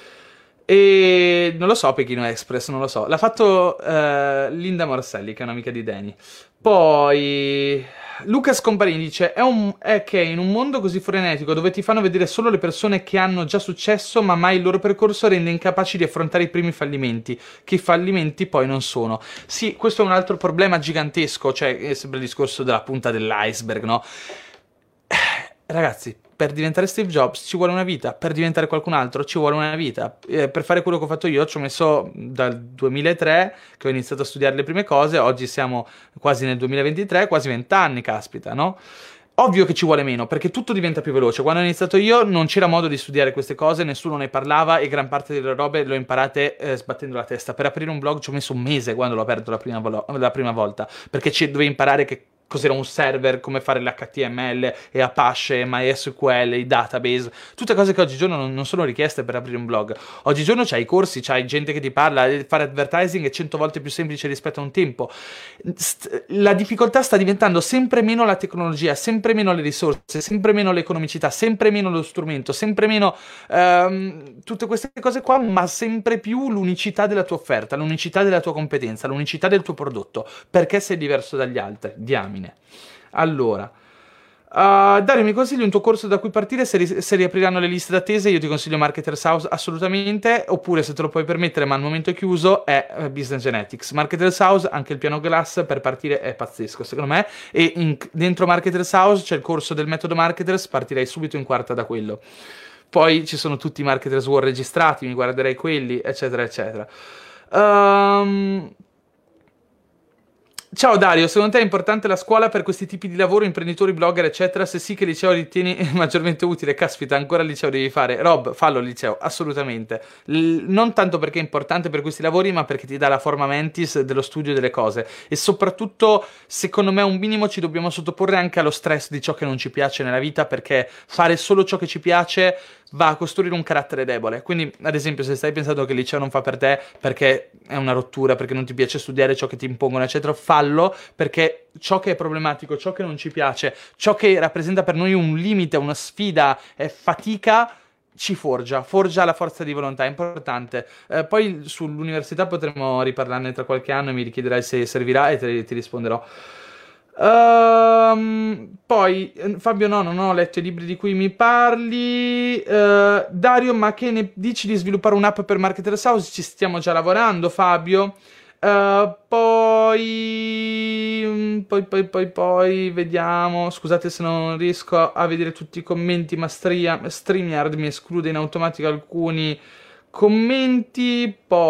E non lo so Pechino Express, non lo so. L'ha fatto uh, Linda Morselli, che è un'amica di Danny. Poi... Luca Scomparini dice è, un, è che in un mondo così frenetico dove ti fanno vedere solo le persone che hanno già successo ma mai il loro percorso rende incapaci di affrontare i primi fallimenti, che i fallimenti poi non sono. Sì, questo è un altro problema gigantesco, cioè è sempre il discorso della punta dell'iceberg, no? Ragazzi, per diventare Steve Jobs ci vuole una vita, per diventare qualcun altro ci vuole una vita. Eh, per fare quello che ho fatto io ci ho messo dal duemilatré, che ho iniziato a studiare le prime cose, oggi siamo quasi nel duemilaventitré, quasi vent'anni, caspita, no? Ovvio che ci vuole meno, perché tutto diventa più veloce. Quando ho iniziato io non c'era modo di studiare queste cose, nessuno ne parlava e gran parte delle robe le ho imparate eh, sbattendo la testa. Per aprire un blog ci ho messo un mese quando l'ho aperto la prima, vo- la prima volta, perché ci dovevi imparare che cos'era un server, come fare l'H T M L e Apache, e MySQL, i database, tutte cose che oggigiorno non, non sono richieste per aprire un blog. Oggigiorno c'hai i corsi, c'hai gente che ti parla, fare advertising è cento volte più semplice rispetto a un tempo. La difficoltà sta diventando sempre meno la tecnologia, sempre meno le risorse, sempre meno l'economicità, sempre meno lo strumento, sempre meno ehm, tutte queste cose qua, ma sempre più l'unicità della tua offerta, l'unicità della tua competenza, l'unicità del tuo prodotto, perché sei diverso dagli altri, diamine. Allora, uh, Dario, mi consigli un tuo corso da cui partire se, ri- se riapriranno le liste d'attesa? Io ti consiglio Marketers House assolutamente, oppure se te lo puoi permettere ma al momento è chiuso è uh, Business Genetics. Marketers House, anche il piano Glass per partire è pazzesco secondo me, e in- dentro Marketers House c'è il corso del metodo Marketers, partirei subito in quarta da quello. Poi ci sono tutti i Marketers World registrati, mi guarderei quelli, eccetera eccetera. Um... Ciao Dario, secondo te è importante la scuola per questi tipi di lavoro, imprenditori, blogger, eccetera? Se sì, che liceo ritieni maggiormente utile? Caspita, ancora il liceo devi fare. Rob, fallo il liceo, assolutamente. L- non tanto perché è importante per questi lavori, ma perché ti dà la forma mentis dello studio delle cose. E soprattutto, secondo me, un minimo ci dobbiamo sottoporre anche allo stress di ciò che non ci piace nella vita, perché fare solo ciò che ci piace va a costruire un carattere debole. Quindi, ad esempio, se stai pensando che il liceo non fa per te perché è una rottura, perché non ti piace studiare ciò che ti impongono, eccetera, fallo, perché ciò che è problematico, ciò che non ci piace, ciò che rappresenta per noi un limite, una sfida, è fatica, ci forgia, forgia la forza di volontà, è importante. Eh, poi sull'università potremo riparlarne tra qualche anno e mi richiederai se servirà e te, ti risponderò. Um, poi Fabio, no, non ho letto i libri di cui mi parli. uh, Dario, ma che ne dici di sviluppare un'app per Marketers House? Ci stiamo già lavorando, Fabio. Uh, poi, poi, poi, poi, poi, vediamo. Scusate se non riesco a vedere tutti i commenti, ma Stria, StreamYard mi esclude in automatico alcuni commenti.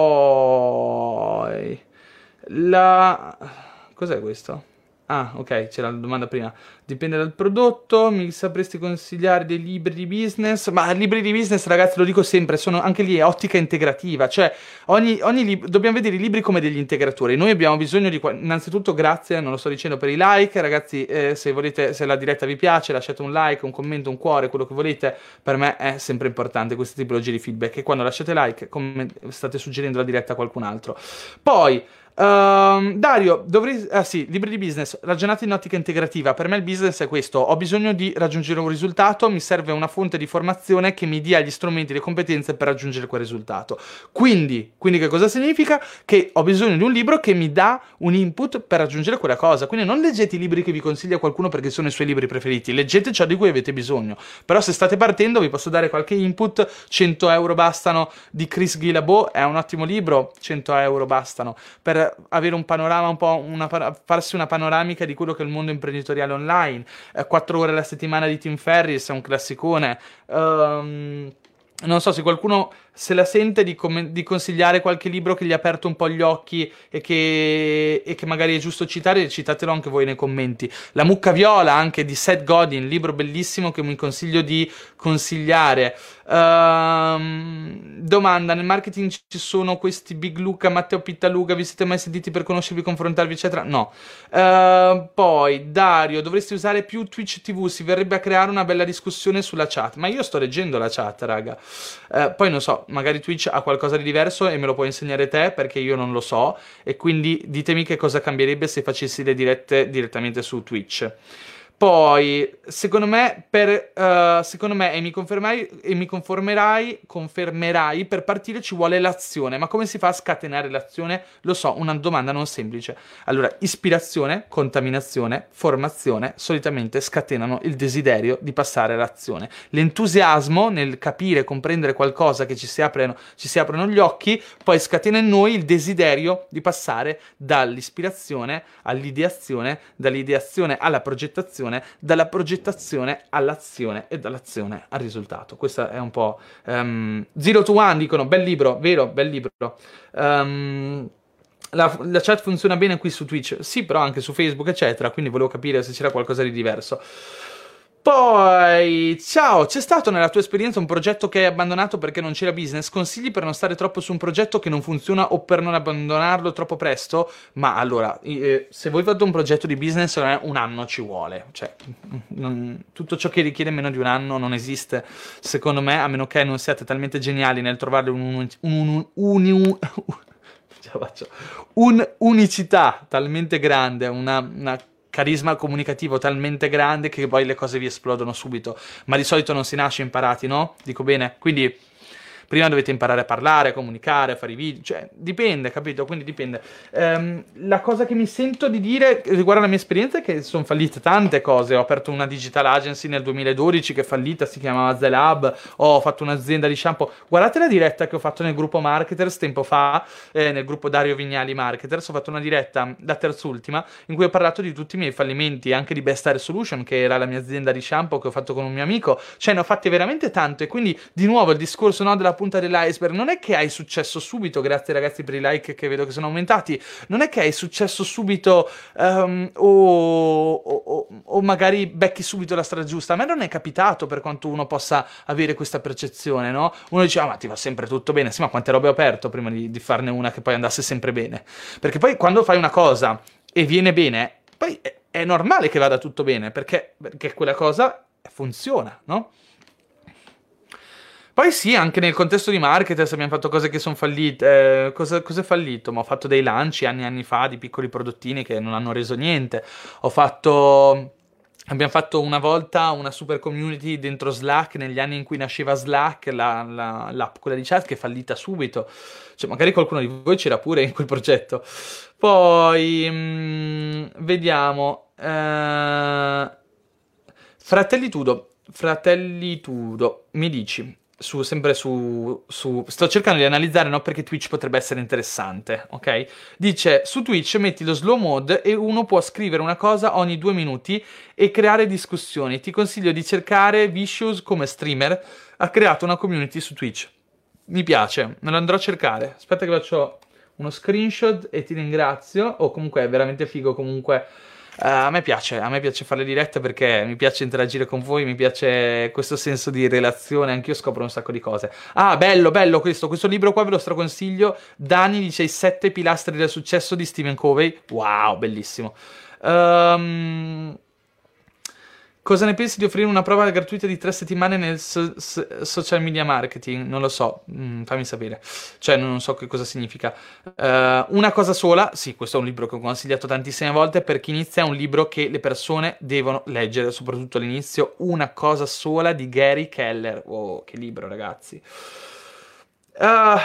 Poi la... Cos'è questo? Ah, ok, c'era la domanda prima. Dipende dal prodotto, mi sapresti consigliare dei libri di business? Ma libri di business, ragazzi, lo dico sempre, sono anche lì, è ottica integrativa, cioè ogni, ogni lib- dobbiamo vedere i libri come degli integratori. Noi abbiamo bisogno di, innanzitutto, grazie, non lo sto dicendo, per i like, ragazzi, eh, se volete, se la diretta vi piace, lasciate un like, un commento, un cuore, quello che volete, per me è sempre importante questa tipologia di feedback, e quando lasciate like, comment- state suggerendo la diretta a qualcun altro. Poi, Um, Dario, dovrei... Ah sì, libri di business, ragionate in ottica integrativa. Per me il business è questo: ho bisogno di raggiungere un risultato, mi serve una fonte di formazione che mi dia gli strumenti e le competenze per raggiungere quel risultato. Quindi, quindi che cosa significa? Che ho bisogno di un libro che mi dà un input per raggiungere quella cosa. Quindi non leggete i libri che vi consiglia qualcuno perché sono i suoi libri preferiti, leggete ciò di cui avete bisogno. Però se state partendo vi posso dare qualche input. cento euro bastano di Chris Guillebeau, è un ottimo libro, cento euro bastano per avere un panorama un po', una, farsi una panoramica di quello che è il mondo imprenditoriale online. eh, quattro ore alla settimana di Tim Ferriss è un classicone. um, non so se qualcuno se la sente di, com- di consigliare qualche libro che gli ha aperto un po' gli occhi e che, e che magari è giusto citare, citatelo anche voi nei commenti. La mucca viola, anche di Seth Godin, libro bellissimo che mi consiglio di consigliare. Um, domanda: nel marketing ci sono questi Big Luca, Matteo Pittaluga, vi siete mai sentiti per conoscervi, confrontarvi, eccetera? No. Uh, poi Dario, dovresti usare più Twitch T V, si verrebbe a creare una bella discussione sulla chat. Ma io sto leggendo la chat, raga. Uh, poi non so, magari Twitch ha qualcosa di diverso e me lo puoi insegnare te, perché io non lo so, e quindi ditemi che cosa cambierebbe se facessi le dirette direttamente su Twitch. Poi, secondo me, per, uh, secondo me, e mi confermerai, e mi conformerai, confermerai, per partire ci vuole l'azione. Ma come si fa a scatenare l'azione? Lo so, una domanda non semplice. Allora, ispirazione, contaminazione, formazione, solitamente scatenano il desiderio di passare all'azione. L'entusiasmo nel capire e comprendere qualcosa che ci si aprono, ci si aprono gli occhi, poi scatena in noi il desiderio di passare dall'ispirazione all'ideazione, dall'ideazione alla progettazione, dalla progettazione all'azione e dall'azione al risultato. Questo è un po' um, Zero to One, dicono, bel libro, vero, bel libro. Um, la, la chat funziona bene qui su Twitch, sì, però anche su Facebook, eccetera, quindi volevo capire se c'era qualcosa di diverso. Poi, ciao, c'è stato nella tua esperienza un progetto che hai abbandonato perché non c'era business? Consigli per non stare troppo su un progetto che non funziona o per non abbandonarlo troppo presto? Ma allora, eh, se voi fate un progetto di business, eh, un anno ci vuole. Cioè, non- tutto ciò che richiede meno di un anno non esiste, secondo me, a meno che non siate talmente geniali nel trovare un, un, un, un, un- ce la faccio. Un'unicità talmente grande, una, una carisma comunicativo talmente grande che poi le cose vi esplodono subito. Ma di solito non si nasce imparati, no? Dico bene? Quindi prima dovete imparare a parlare, a comunicare, a fare i video, cioè dipende, capito? Quindi dipende. Ehm, la cosa che mi sento di dire riguardo alla mia esperienza è che sono fallite tante cose. Ho aperto una digital agency nel duemiladodici che è fallita, si chiamava The Lab. Ho fatto un'azienda di shampoo. Guardate la diretta che ho fatto nel gruppo Marketers tempo fa, eh, nel gruppo Dario Vignali Marketers. Ho fatto una diretta, la terzultima, in cui ho parlato di tutti i miei fallimenti, anche di Best Hair Solution, che era la mia azienda di shampoo che ho fatto con un mio amico. Cioè ne ho fatte veramente tante. Quindi di nuovo il discorso, no, della punta dell'iceberg, non è che hai successo subito, grazie ragazzi per i like che vedo che sono aumentati, non è che hai successo subito um, o, o, o magari becchi subito la strada giusta. A me non è capitato, per quanto uno possa avere questa percezione, no? Uno dice, ah ma ti va sempre tutto bene, sì, ma quante robe ho aperto prima di, di farne una che poi andasse sempre bene, perché poi quando fai una cosa e viene bene, poi è, è normale che vada tutto bene, perché, perché quella cosa funziona, no? Poi sì, anche nel contesto di marketers abbiamo fatto cose che sono fallite. Eh, cosa, cosa è fallito? Ma ho fatto dei lanci anni e anni fa di piccoli prodottini che non hanno reso niente. Ho fatto... Abbiamo fatto una volta una super community dentro Slack, negli anni in cui nasceva Slack, la- la- l'app, quella di chat, che è fallita subito. Cioè, magari qualcuno di voi c'era pure in quel progetto. Poi, mm, vediamo. Eh, Fratellitudo, Fratellitudo, mi dici, su, sempre su, su... Sto cercando di analizzare, no, perché Twitch potrebbe essere interessante, ok? Dice, su Twitch metti lo slow mode e uno può scrivere una cosa ogni due minuti e creare discussioni. Ti consiglio di cercare Vicious come streamer, ha creato una community su Twitch. Mi piace, me lo andrò a cercare. Aspetta che faccio uno screenshot e ti ringrazio. O comunque è veramente figo, comunque... Eh, a me piace, a me piace fare le dirette perché mi piace interagire con voi, mi piace questo senso di relazione, anch'io scopro un sacco di cose. Ah, bello, bello questo, questo libro qua ve lo straconsiglio. Dani dice i sette pilastri del successo di Stephen Covey. Wow, bellissimo. Ehm... Cosa ne pensi di offrire una prova gratuita di tre settimane nel so- so- social media marketing? Non lo so, mm, fammi sapere. Cioè, non so che cosa significa. Eh, una cosa sola, sì, questo è un libro che ho consigliato tantissime volte. Per chi inizia è un libro che le persone devono leggere, soprattutto all'inizio. Una cosa sola di Gary Keller. Oh, che libro, ragazzi. Ah,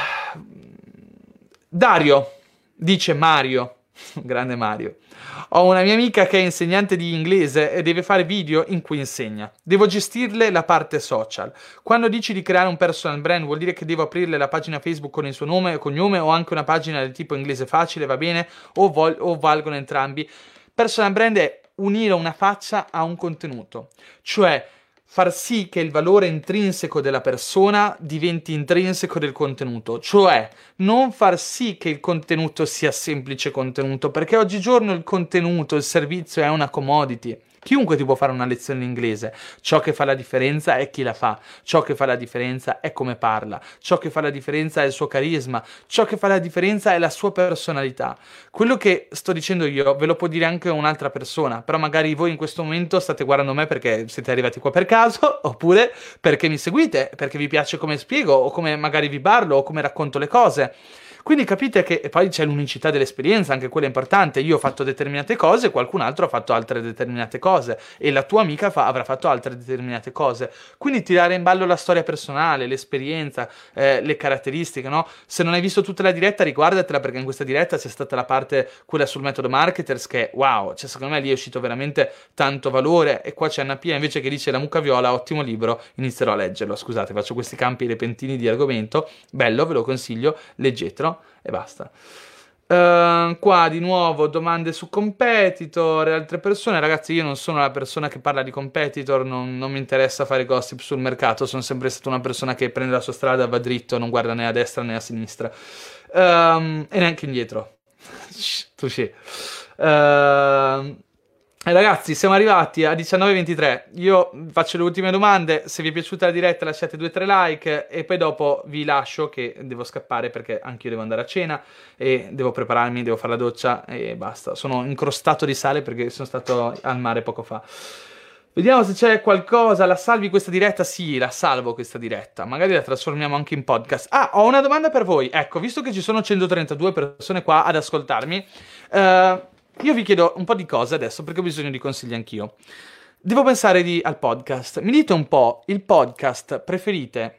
Dario, dice Mario. Grande Mario. Ho una mia amica che è insegnante di inglese e deve fare video in cui insegna. Devo gestirle la parte social. Quando dici di creare un personal brand, vuol dire che devo aprirle la pagina Facebook con il suo nome e cognome o anche una pagina del tipo inglese facile, va bene? O, vol- o valgono entrambi? Personal brand è unire una faccia a un contenuto. Cioè, far sì che il valore intrinseco della persona diventi intrinseco del contenuto, cioè non far sì che il contenuto sia semplice contenuto, perché oggigiorno il contenuto, il servizio è una commodity. Chiunque ti può fare una lezione in inglese, ciò che fa la differenza è chi la fa, ciò che fa la differenza è come parla, ciò che fa la differenza è il suo carisma, ciò che fa la differenza è la sua personalità. Quello che sto dicendo io ve lo può dire anche un'altra persona, però magari voi in questo momento state guardando me perché siete arrivati qua per caso, oppure perché mi seguite, perché vi piace come spiego, o come magari vi parlo, o come racconto le cose. Quindi capite che e poi c'è l'unicità dell'esperienza, anche quella è importante. Io ho fatto determinate cose, qualcun altro ha fatto altre determinate cose e la tua amica fa- avrà fatto altre determinate cose. Quindi tirare in ballo la storia personale, l'esperienza, eh, le caratteristiche, no? Se non hai visto tutta la diretta, riguardatela perché in questa diretta c'è stata la parte, quella sul metodo marketers, che wow, cioè secondo me lì è uscito veramente tanto valore. E qua c'è Anna Pia invece che dice la mucca viola, ottimo libro, inizierò a leggerlo. Scusate, faccio questi campi repentini di argomento, bello, ve lo consiglio, leggetelo e basta. Uh, qua di nuovo domande su competitor e altre persone. Ragazzi, io non sono la persona che parla di competitor, non, non mi interessa fare gossip sul mercato, sono sempre stata una persona che prende la sua strada, va dritto, non guarda né a destra né a sinistra, um, e neanche indietro. Touché. Uh, E ragazzi, siamo arrivati a diciannove e ventitré. Io faccio le ultime domande. Se vi è piaciuta la diretta lasciate due tre like e poi dopo vi lascio che devo scappare perché anch'io devo andare a cena e devo prepararmi, devo fare la doccia e basta. Sono incrostato di sale perché sono stato al mare poco fa. Vediamo se c'è qualcosa. La salvi questa diretta? Sì, la salvo questa diretta. Magari la trasformiamo anche in podcast. Ah, ho una domanda per voi. Ecco, visto che ci sono centotrentadue persone qua ad ascoltarmi, eh... io vi chiedo un po' di cose adesso perché ho bisogno di consigli anch'io. Devo pensare di, al podcast. Mi dite un po' il podcast preferite?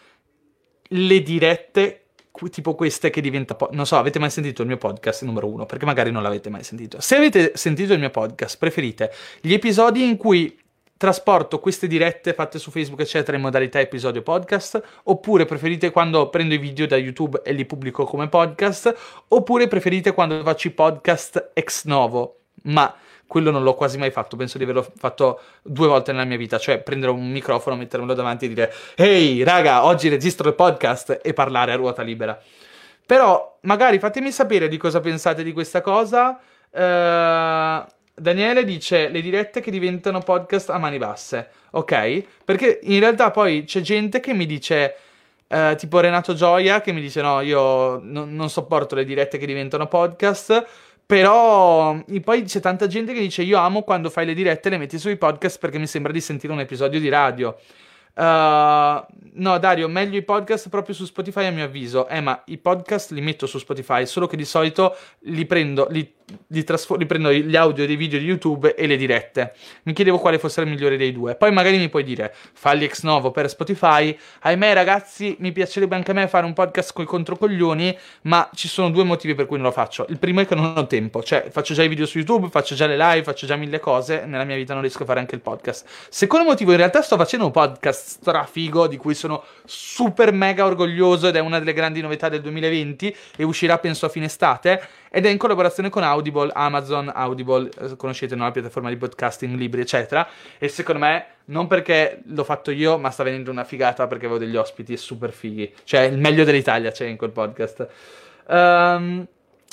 Le dirette tipo queste che diventa... Po- non so, avete mai sentito il mio podcast numero uno? Perché magari non l'avete mai sentito. Se avete sentito il mio podcast, preferite gli episodi in cui trasporto queste dirette fatte su Facebook eccetera in modalità episodio podcast, oppure preferite quando prendo i video da YouTube e li pubblico come podcast, oppure preferite quando faccio i podcast ex novo? Ma quello non l'ho quasi mai fatto, penso di averlo fatto due volte nella mia vita, cioè prendere un microfono, mettermelo davanti e dire ehi raga, oggi registro il podcast e parlare a ruota libera. Però magari fatemi sapere di cosa pensate di questa cosa. uh... Daniele dice le dirette che diventano podcast a mani basse, ok? Perché in realtà poi c'è gente che mi dice, eh, tipo Renato Gioia, che mi dice no, io non, non sopporto le dirette che diventano podcast, però poi c'è tanta gente che dice io amo quando fai le dirette e le metti sui podcast perché mi sembra di sentire un episodio di radio. Uh, no Dario, meglio i podcast proprio su Spotify a mio avviso. Eh ma i podcast li metto su Spotify, solo che di solito li prendo li, li, trasfor- li prendo gli audio dei video di YouTube e le dirette. Mi chiedevo quale fosse il migliore dei due. Poi magari mi puoi dire falli ex novo per Spotify. Ahimè ragazzi, mi piacerebbe anche a me fare un podcast coi controcoglioni, ma ci sono due motivi per cui non lo faccio. Il primo è che non ho tempo, cioè faccio già i video su YouTube, faccio già le live, faccio già mille cose, nella mia vita non riesco a fare anche il podcast. Secondo motivo, in realtà sto facendo un podcast strafigo di cui sono super mega orgoglioso ed è una delle grandi novità del duemilaventi e uscirà penso a fine estate ed è in collaborazione con Audible, Amazon, Audible, eh, conoscete, no? La piattaforma di podcasting, libri eccetera, e secondo me non perché l'ho fatto io ma sta venendo una figata perché avevo degli ospiti super fighi, cioè il meglio dell'Italia c'è in quel podcast. um,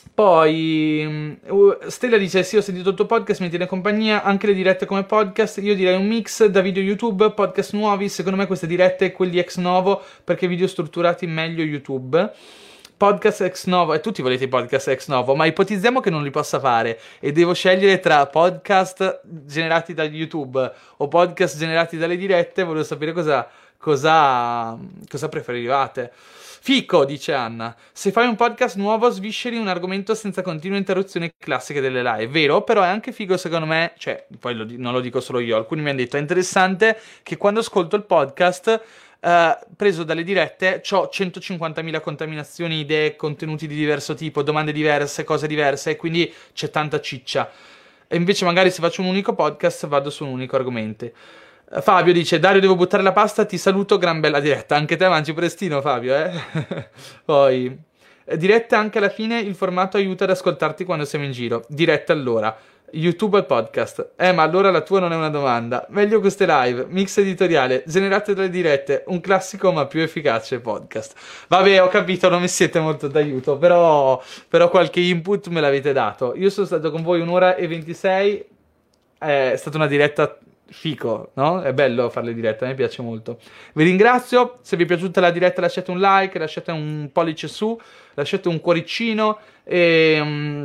Poi Stella dice sì, ho sentito il tuo podcast, mi tiene compagnia, anche le dirette come podcast. Io direi un mix da video YouTube, podcast nuovi. Secondo me queste dirette, quelli ex novo, perché video strutturati meglio YouTube. Podcast ex novo, e tutti volete i podcast ex novo, ma ipotizziamo che non li possa fare e devo scegliere tra podcast generati da YouTube o podcast generati dalle dirette. Volevo sapere cosa, cosa, cosa preferivate. Fico, dice Anna, se fai un podcast nuovo svisceri un argomento senza continue interruzioni classiche delle live, vero? Però è anche figo secondo me, cioè, poi lo, non lo dico solo io, alcuni mi hanno detto, è interessante che quando ascolto il podcast, eh, preso dalle dirette, c'ho centocinquantamila contaminazioni, idee, contenuti di diverso tipo, domande diverse, cose diverse, e quindi c'è tanta ciccia. E invece magari se faccio un unico podcast vado su un unico argomento. Fabio dice, Dario devo buttare la pasta, ti saluto, gran bella diretta. Anche te mangi prestino Fabio, eh? Poi, diretta anche alla fine, il formato aiuta ad ascoltarti quando siamo in giro. Diretta allora, YouTube al podcast. Eh ma allora la tua non è una domanda. Meglio queste live, mix editoriale, generate dalle dirette, un classico ma più efficace podcast. Vabbè, ho capito, non mi siete molto d'aiuto, però, però qualche input me l'avete dato. Io sono stato con voi un'ora e ventisei, è stata una diretta... fico, no? È bello fare le dirette, a me piace molto. Vi ringrazio, se vi è piaciuta la diretta lasciate un like, lasciate un pollice su, lasciate un cuoricino e, um,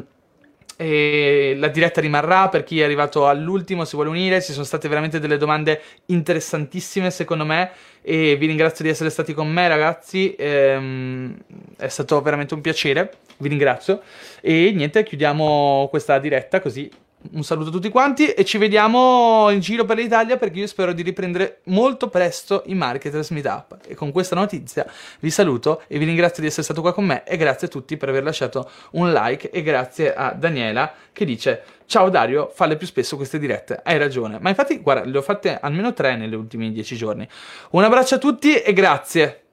e la diretta rimarrà per chi è arrivato all'ultimo, si vuole unire. Ci sono state veramente delle domande interessantissime secondo me e vi ringrazio di essere stati con me ragazzi, ehm, è stato veramente un piacere, vi ringrazio e niente, chiudiamo questa diretta così. Un saluto a tutti quanti e ci vediamo in giro per l'Italia perché io spero di riprendere molto presto i Marketers Meetup. E con questa notizia vi saluto e vi ringrazio di essere stato qua con me e grazie a tutti per aver lasciato un like e grazie a Daniela che dice ciao Dario, falle più spesso queste dirette, hai ragione. Ma infatti guarda, le ho fatte almeno tre negli ultimi dieci giorni. Un abbraccio a tutti e grazie!